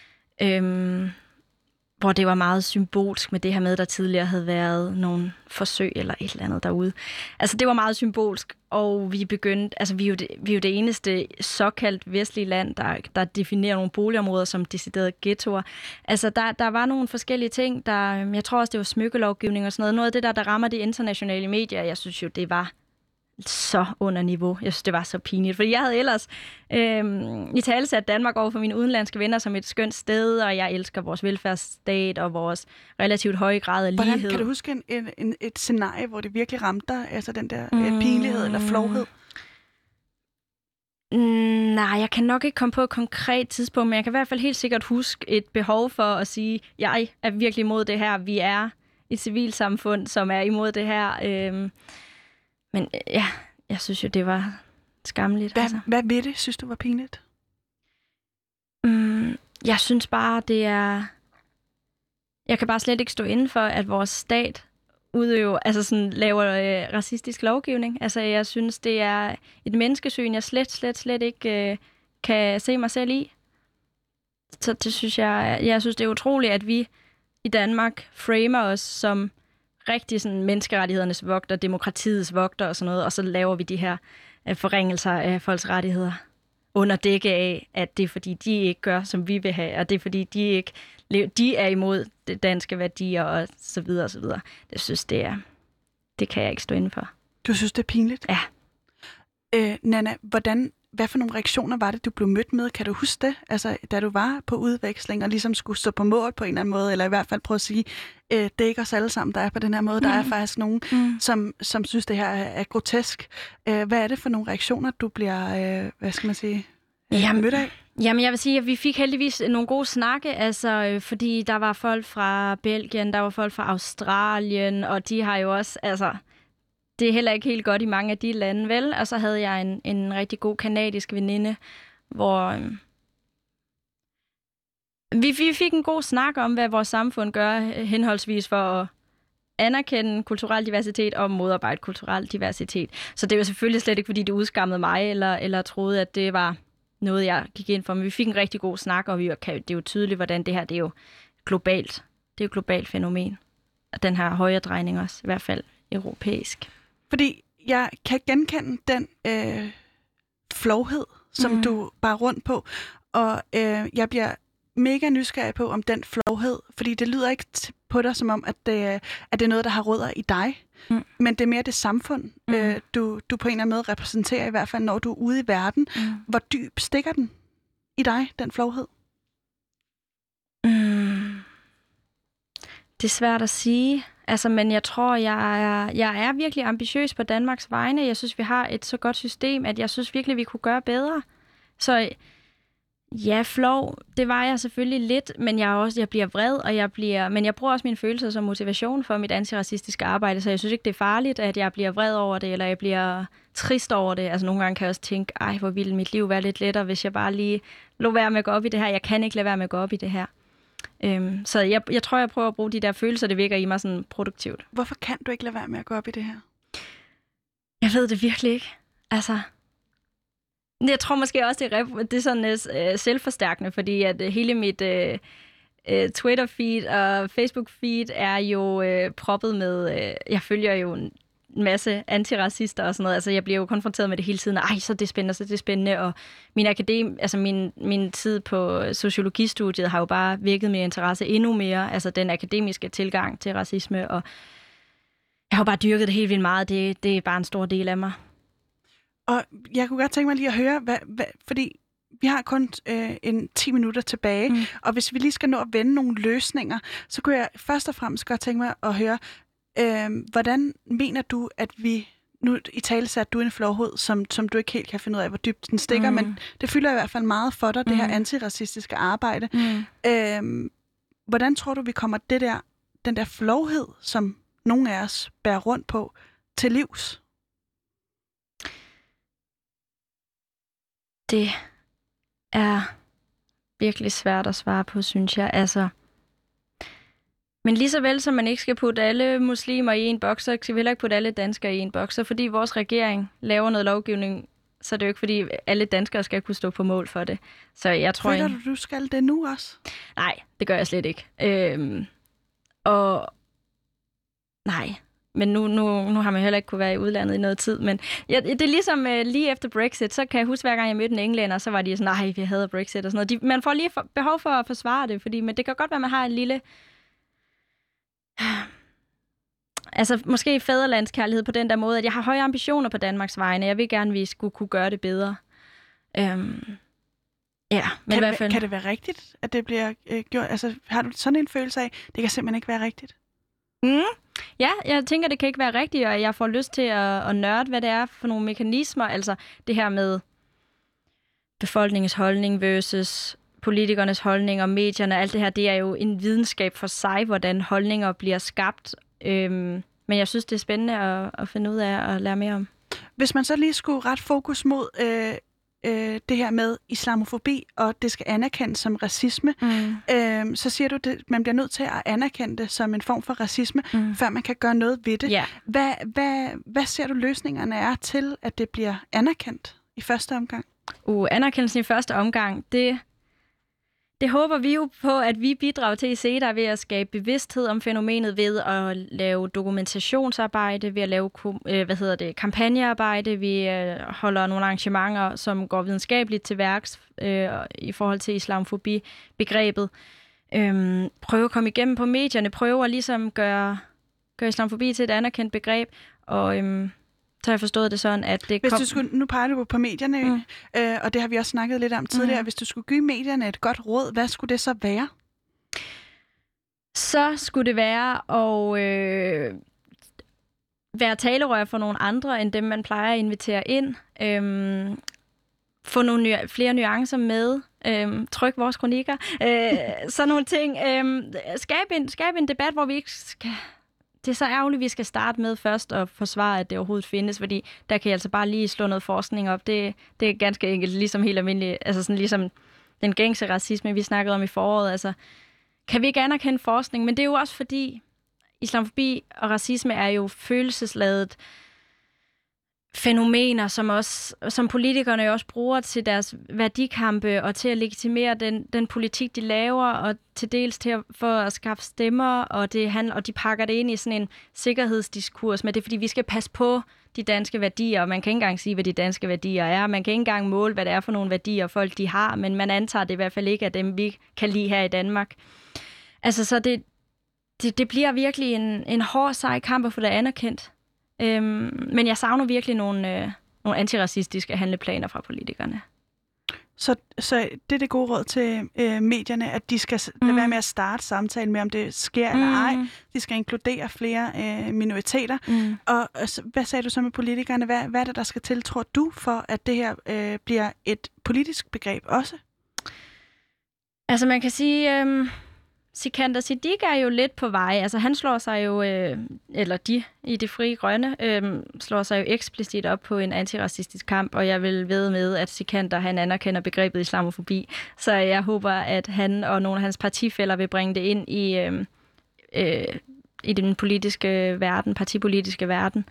Hvor det var meget symbolsk med det her med, at der tidligere havde været nogle forsøg eller et eller andet derude. Altså det var meget symbolsk, og vi begyndte, altså vi er jo det eneste såkaldt vestlige land, der definerer nogle boligområder som deciderede ghettoer. Altså der var nogle forskellige ting, jeg tror også, det var smykkelovgivning og sådan noget. Noget af det der rammer de internationale medier, jeg synes jo, det var så under niveau. Jeg synes, det var så pinligt. Fordi jeg havde ellers italesat Danmark over for mine udenlandske venner som et skønt sted, og jeg elsker vores velfærdsstat og vores relativt høje grad af lighed.
Hvordan kan du huske et scenarie, hvor det virkelig ramte dig? Altså den der pinlighed eller flovhed?
Nej, jeg kan nok ikke komme på et konkret tidspunkt, men jeg kan i hvert fald helt sikkert huske et behov for at sige, jeg er virkelig imod det her. Vi er et civilsamfund, som er imod det her. Men ja, jeg synes jo, det var skammeligt.
Hvad ved det, synes du var pinligt?
Jeg synes bare, det er... Jeg kan bare slet ikke stå inden for, at vores stat laver racistisk lovgivning. Altså, jeg synes, det er et menneskesyn, jeg slet ikke kan se mig selv i. Så det synes jeg synes, det er utroligt, at vi i Danmark framer os som rigtig sådan menneskerettighedernes vogter, demokratiets vogter og sådan noget, og så laver vi de her forringelser af folks rettigheder under dække af, at det er fordi, de ikke gør, som vi vil have, og det er fordi, de er imod de danske værdier og så videre og så videre. Det synes det kan jeg ikke stå inden for.
Du synes, det er pinligt?
Ja.
Nanna, hvad for nogle reaktioner var det, du blev mødt med? Kan du huske det? Altså, da du var på udveksling og ligesom skulle stå på mål på en eller anden måde, eller i hvert fald prøve at sige, det er ikke os alle sammen, der er på den her måde. Der er faktisk nogen, som synes, det her er grotesk. Hvad er det for nogle reaktioner, du bliver, mødt af?
Jamen, jeg vil sige, at vi fik heldigvis nogle gode snakke, altså, fordi der var folk fra Belgien, der var folk fra Australien, og de har jo også, altså... Det er heller ikke helt godt i mange af de lande, vel? Og så havde jeg en rigtig god kanadisk veninde, hvor vi fik en god snak om, hvad vores samfund gør henholdsvis for at anerkende kulturel diversitet og modarbejde kulturel diversitet. Så det var selvfølgelig slet ikke, fordi det udskammede mig, eller troede, at det var noget, jeg gik ind for. Men vi fik en rigtig god snak, og det er jo tydeligt, hvordan det her, det er jo globalt. Det er jo et globalt fænomen. Og den her højre drejning også, i hvert fald europæisk.
Fordi jeg kan genkende den flovhed, som du bar rundt på, og jeg bliver mega nysgerrig på, om den flovhed, fordi det lyder ikke på dig som om, at det er noget, der har rødder i dig, men det er mere det samfund, du på en eller anden måde repræsenterer, i hvert fald når du er ude i verden. Hvor dyb stikker den i dig, den flovhed?
Det er svært at sige. Altså, men jeg tror, jeg er virkelig ambitiøs på Danmarks vegne. Jeg synes, vi har et så godt system, at jeg synes virkelig, vi kunne gøre bedre. Så ja, flov, det var jeg selvfølgelig lidt, men jeg bliver vred, men jeg bruger også mine følelser som motivation for mit antiracistiske arbejde, så jeg synes ikke, det er farligt, at jeg bliver vred over det, eller jeg bliver trist over det. Altså, nogle gange kan jeg også tænke, hvor ville mit liv være lidt lettere, hvis jeg bare lige lå være med at gå op i det her. Jeg kan ikke lade være med at gå op i det her. Så jeg tror, jeg prøver at bruge de der følelser, det virker i mig sådan produktivt.
Hvorfor kan du ikke lade være med at gå op i det her?
Jeg ved det virkelig ikke. Altså, jeg tror måske også, det er sådan selvforstærkende, fordi at hele mit Twitter-feed og Facebook-feed er jo proppet med, jeg følger jo en masse antiracister og sådan noget. Altså, jeg bliver jo konfronteret med det hele tiden. Så det er spændende, og min tid på sociologistudiet har jo bare virket min interesse endnu mere, altså den akademiske tilgang til racisme, og jeg har bare dyrket det helt vildt meget. Det er bare en stor del af mig.
Og jeg kunne godt tænke mig lige at høre, fordi vi har kun 10 minutter tilbage, og hvis vi lige skal nå at vende nogle løsninger, så kunne jeg først og fremmest godt tænke mig at høre, hvordan mener du, at vi nu i tale satte du en flovhed, som du ikke helt kan finde ud af, hvor dybt den stikker, men det fylder i hvert fald meget for dig, det her antiracistiske arbejde. Hvordan tror du, vi kommer den der flovhed, som nogle af os bærer rundt på til livs?
Det er virkelig svært at svare på, synes jeg. Altså, men lige så vel som man ikke skal putte alle muslimer i en boks, så skal vi heller ikke putte alle danskere i en boks. Så fordi vores regering laver noget lovgivning, så er det jo ikke fordi alle danskere skal kunne stå på mål for det. Så jeg tror,
føler du skal det nu også?
Nej, det gør jeg slet ikke. Nej. Men nu har man heller ikke kunne være i udlandet i noget tid. Men det er ligesom lige efter Brexit, så kan jeg huske, hver gang jeg mødte en englænder, så var de sådan, nej, vi havde Brexit og sådan noget. Man får lige behov for at forsvare det, men det kan godt være, at man har en lille... Altså måske fædrelandskærlighed på den der måde, at jeg har høje ambitioner på Danmarks vegne. Jeg vil gerne, at vi skulle kunne gøre det bedre. Ja, men i hvert fald...
Kan det være rigtigt, at det bliver gjort? Altså, har du sådan en følelse af, det kan simpelthen ikke være rigtigt?
Ja, jeg tænker, det kan ikke være rigtigt, og jeg får lyst til at nørde, hvad det er for nogle mekanismer. Altså det her med befolkningens holdning versus politikernes holdning og medierne, alt det her, det er jo en videnskab for sig, hvordan holdninger bliver skabt. Men jeg synes, det er spændende at finde ud af at lære mere om.
Hvis man så lige skulle rette fokus mod det her med islamofobi, og det skal anerkendes som racisme, så siger du, at man bliver nødt til at anerkende det som en form for racisme, før man kan gøre noget ved det.
Ja.
Hvad ser du løsningerne er til, at det bliver anerkendt i første omgang?
Anerkendelsen i første omgang, det håber vi jo på, at vi bidrager til i SEDA ved at skabe bevidsthed om fænomenet ved at lave dokumentationsarbejde, ved at lave kampagnearbejde. Vi holder nogle arrangementer, som går videnskabeligt til værks i forhold til islamofobi-begrebet. Prøve at komme igennem på medierne, prøve at ligesom gøre islamofobi til et anerkendt begreb, og så har jeg forstået det sådan, at det
nu peger du på medierne, og det har vi også snakket lidt om tidligere. Hvis du skulle give medierne et godt råd, hvad skulle det så være?
Så skulle det være at være talerør for nogle andre, end dem man plejer at invitere ind. Få nogle flere nuancer med. Tryk vores kronikker. Sådan nogle ting. Skabe en debat, hvor vi ikke skal... Det er så ærgerligt, at vi skal starte med først og forsvare, at det overhovedet findes, fordi der kan jeg altså bare lige slå noget forskning op. Det er ganske enkelt ligesom helt almindeligt, altså sådan ligesom den gængse racisme, vi snakkede om i foråret. Altså, kan vi ikke anerkende forskning? Men det er jo også fordi, islamofobi og racisme er jo følelsesladet fænomener, som politikerne jo også bruger til deres værdikampe og til at legitimere den politik, de laver, og til dels for at skaffe stemmer, og de pakker det ind i sådan en sikkerhedsdiskurs med det, fordi vi skal passe på de danske værdier, og man kan ikke engang sige, hvad de danske værdier er. Man kan ikke engang måle, hvad det er for nogle værdier, folk de har, men man antager det i hvert fald ikke af dem, vi kan lide her i Danmark. Altså, så det bliver virkelig en hård, sej kamp at få det anerkendt. Men jeg savner virkelig nogle antiracistiske handleplaner fra politikerne.
Så det er det gode råd til medierne, at de skal lade være med at starte samtalen med, om det sker eller ej. De skal inkludere flere minoriteter. Og hvad sagde du så med politikerne? Hvad er det, der skal til, tror du, for at det her bliver et politisk begreb også?
Altså man kan sige... Sikander Siddique er jo lidt på vej. Altså han slår sig jo, eller de i Det Frie Grønne, slår sig jo eksplicit op på en antiracistisk kamp, og jeg vil ved med, at Sikander han anerkender begrebet islamofobi. Så jeg håber, at han og nogle af hans partifæller vil bringe det ind i den politiske verden, partipolitiske verden.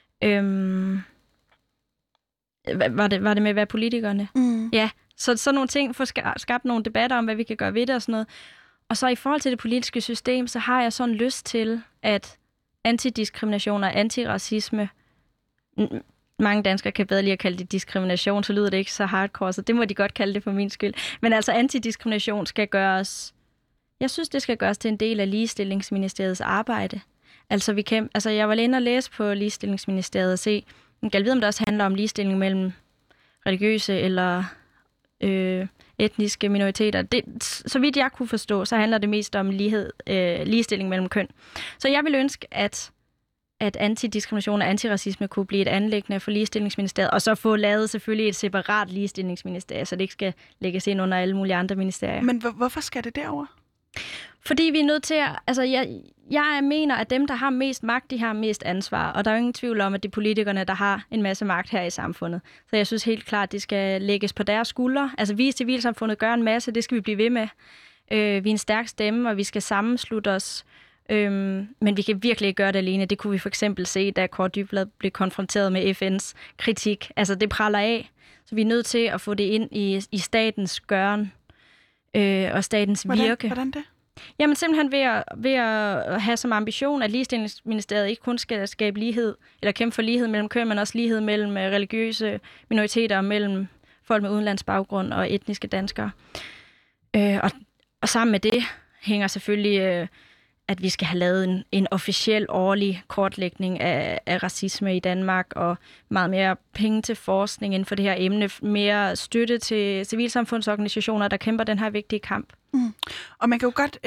Var det med at være politikerne? Ja, så sådan nogle ting, får skabt nogle debatter om, hvad vi kan gøre ved det og sådan noget. Og så i forhold til det politiske system, så har jeg sådan lyst til, at antidiskrimination og antiracisme, mange danskere kan bedre lige at kalde det diskrimination, så lyder det ikke så hardcore, så det må de godt kalde det for min skyld. Men altså antidiskrimination skal gøres, jeg synes det skal gøres til en del af Ligestillingsministeriets arbejde. Altså jeg var lige inde og læse på Ligestillingsministeriet og se, jeg kan vide, om det også handler om ligestilling mellem religiøse eller... etniske minoriteter. Så vidt jeg kunne forstå, så handler det mest om ligestilling mellem køn. Så jeg vil ønske, at antidiskrimination og antiracisme kunne blive et anliggende for Ligestillingsministeriet, og så få lavet selvfølgelig et separat Ligestillingsministerium, så det ikke skal lægges ind under alle mulige andre ministerier.
Men hvorfor skal det derover?
Fordi vi er nødt til at... Altså, jeg mener, at dem, der har mest magt, de har mest ansvar. Og der er jo ingen tvivl om, at det er politikerne, der har en masse magt her i samfundet. Så jeg synes helt klart, at det skal lægges på deres skuldre. Altså, vi i civilsamfundet gør en masse, det skal vi blive ved med. Vi er en stærk stemme, og vi skal sammenslutte os. Men vi kan virkelig ikke gøre det alene. Det kunne vi for eksempel se, da Kaare Dybvad blev konfronteret med FN's kritik. Altså, det praller af. Så vi er nødt til at få det ind i statens gøren og statens virke.
Hvordan det?
Jamen simpelthen ved at have som ambition, at Ligestillingsministeriet ikke kun skal skabe lighed, eller kæmpe for lighed mellem køn, men også lighed mellem religiøse minoriteter og mellem folk med udenlandsk baggrund og etniske danskere. Og sammen med det hænger selvfølgelig, at vi skal have lavet en officiel årlig kortlægning af racisme i Danmark, og meget mere penge til forskning inden for det her emne, mere støtte til civilsamfundsorganisationer, der kæmper den her vigtige kamp.
Og man kan jo godt...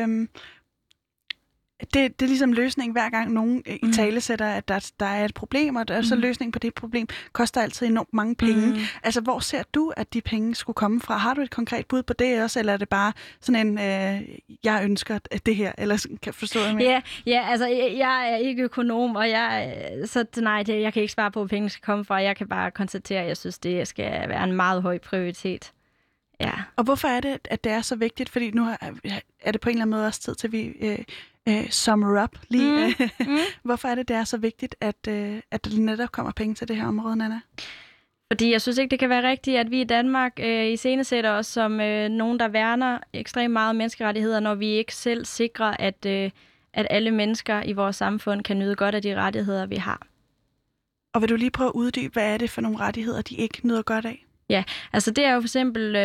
Det er ligesom løsningen hver gang nogen i tale sætter, at der er et problem, og så løsningen på det problem koster altid enormt mange penge. Altså, hvor ser du, at de penge skulle komme fra? Har du et konkret bud på det også, eller er det bare sådan en, jeg ønsker det her, eller kan forstå det mere?
Ja, altså, jeg er ikke økonom, og jeg kan ikke svare på, hvor pengene skal komme fra. Jeg kan bare konstatere, at jeg synes, det skal være en meget høj prioritet. Ja. Og
hvorfor er det, at det er så vigtigt? Fordi nu er det på en eller anden måde også tid til, at vi summer up lige. Hvorfor er det er så vigtigt, at der netop kommer penge til det her område, Nanna?
Fordi jeg synes ikke, det kan være rigtigt, at vi i Danmark iscenesætter os som nogen, der værner ekstremt meget menneskerettigheder, når vi ikke selv sikrer, at alle mennesker i vores samfund kan nyde godt af de rettigheder, vi har.
Og vil du lige prøve at uddybe, hvad er det for nogle rettigheder, de ikke nyder godt af?
Ja, altså det er jo for eksempel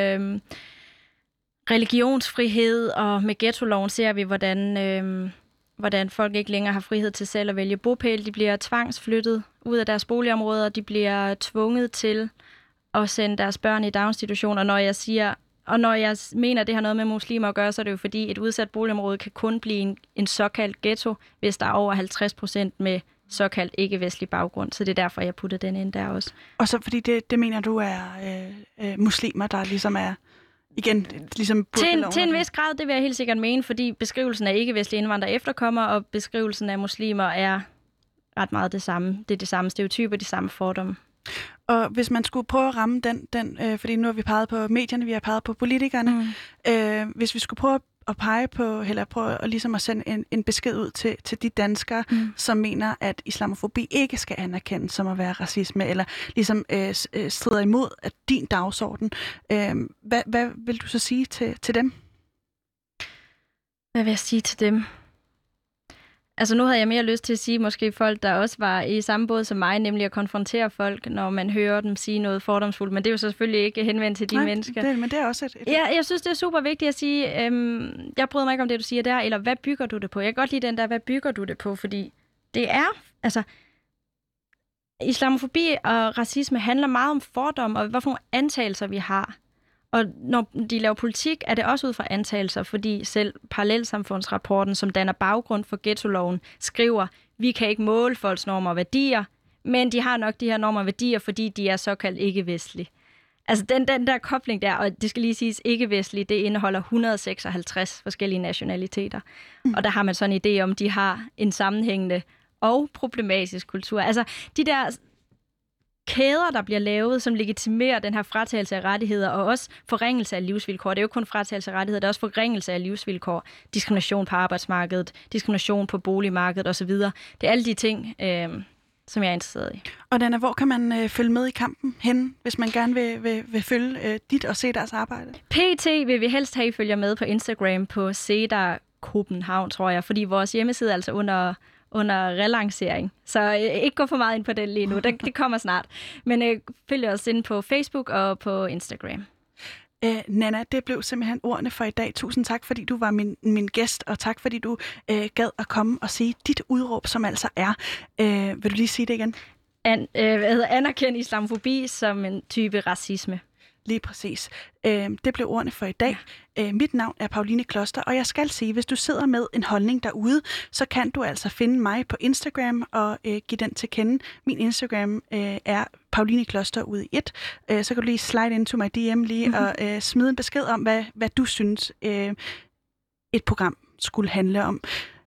religionsfrihed, og med ghettoloven ser vi, hvordan folk ikke længere har frihed til selv at vælge bopæl. De bliver tvangsflyttet ud af deres boligområder, de bliver tvunget til at sende deres børn i daginstitutioner. Når jeg mener, at det har noget med muslimer at gøre, så er det jo fordi, et udsat boligområde kan kun blive en såkaldt ghetto, hvis der er over 50% med såkaldt ikke-vestlig baggrund. Så det er derfor, jeg putter den ind der også.
Og så fordi det mener du er muslimer, der ligesom er igen ligesom
til en vis grad, det vil jeg helt sikkert mene, fordi beskrivelsen af ikke-vestlige indvandrere efterkommer, og beskrivelsen af muslimer er ret meget det samme. Det er det samme stereotyper, de samme fordomme.
Og hvis man skulle prøve at ramme den fordi nu har vi peget på medierne, vi har peget på politikerne. Hvis vi skulle prøve at pege på, eller prøve at, ligesom at sende en besked ud til de danskere, som mener, at islamofobi ikke skal anerkendes som at være racisme, eller ligesom strider imod at din dagsorden. Hvad vil du så sige til dem?
Hvad vil jeg sige til dem? Altså nu havde jeg mere lyst til at sige måske folk, der også var i samme båd som mig, nemlig at konfrontere folk, når man hører dem sige noget fordomsfuldt. Men det er jo selvfølgelig ikke henvendt til de mennesker.
Men det er også
Ja, jeg synes, det er super vigtigt at sige, jeg bryder mig ikke om det, du siger der, eller hvad bygger du det på? Jeg kan godt lide den der, hvad bygger du det på? Fordi det er, altså, islamofobi og racisme handler meget om fordom, og hvad for nogle antagelser vi har. Og når de laver politik, er det også ud fra antagelser, fordi selv Parallelsamfundsrapporten, som danner baggrund for ghettoloven, skriver, vi kan ikke måle folks normer og værdier, men de har nok de her normer og værdier, fordi de er såkaldt ikke-vestlige. Altså den der kobling der, og det skal lige siges, ikke-vestlige, det indeholder 156 forskellige nationaliteter. Og der har man sådan en idé om, de har en sammenhængende og problematisk kultur. Altså de der kæder, der bliver lavet, som legitimerer den her fratagelse af rettigheder, og også forringelse af livsvilkår. Det er jo kun fratagelse af rettigheder, det er også forringelse af livsvilkår. Diskrimination på arbejdsmarkedet, diskrimination på boligmarkedet osv. Det er alle de ting, som jeg er interesseret i.
Og Nanna, hvor kan man følge med i kampen henne, hvis man gerne vil følge dit og se deres arbejde?
PT vil vi helst have, I følger med på Instagram på Cedar København, tror jeg, fordi vores hjemmeside er altså under relancering. Så ikke gå for meget ind på den lige nu. Det kommer snart. Men følg os ind på Facebook og på Instagram.
Nanna, det blev simpelthen ordene for i dag. Tusind tak, fordi du var min gæst, og tak, fordi du gad at komme og sige dit udråb, som altså er. Vil du lige sige det igen?
Anerkend islamofobi som en type racisme.
Lige præcis. Det blev ordene for i dag. Mit navn er Pauline Kloster, og jeg skal sige, hvis du sidder med en holdning derude, så kan du altså finde mig på Instagram og give den til kende. Min Instagram er Pauline Kloster ude i et. Så kan du lige slide into my DM lige og smide en besked om, hvad du synes. et program skulle handle om.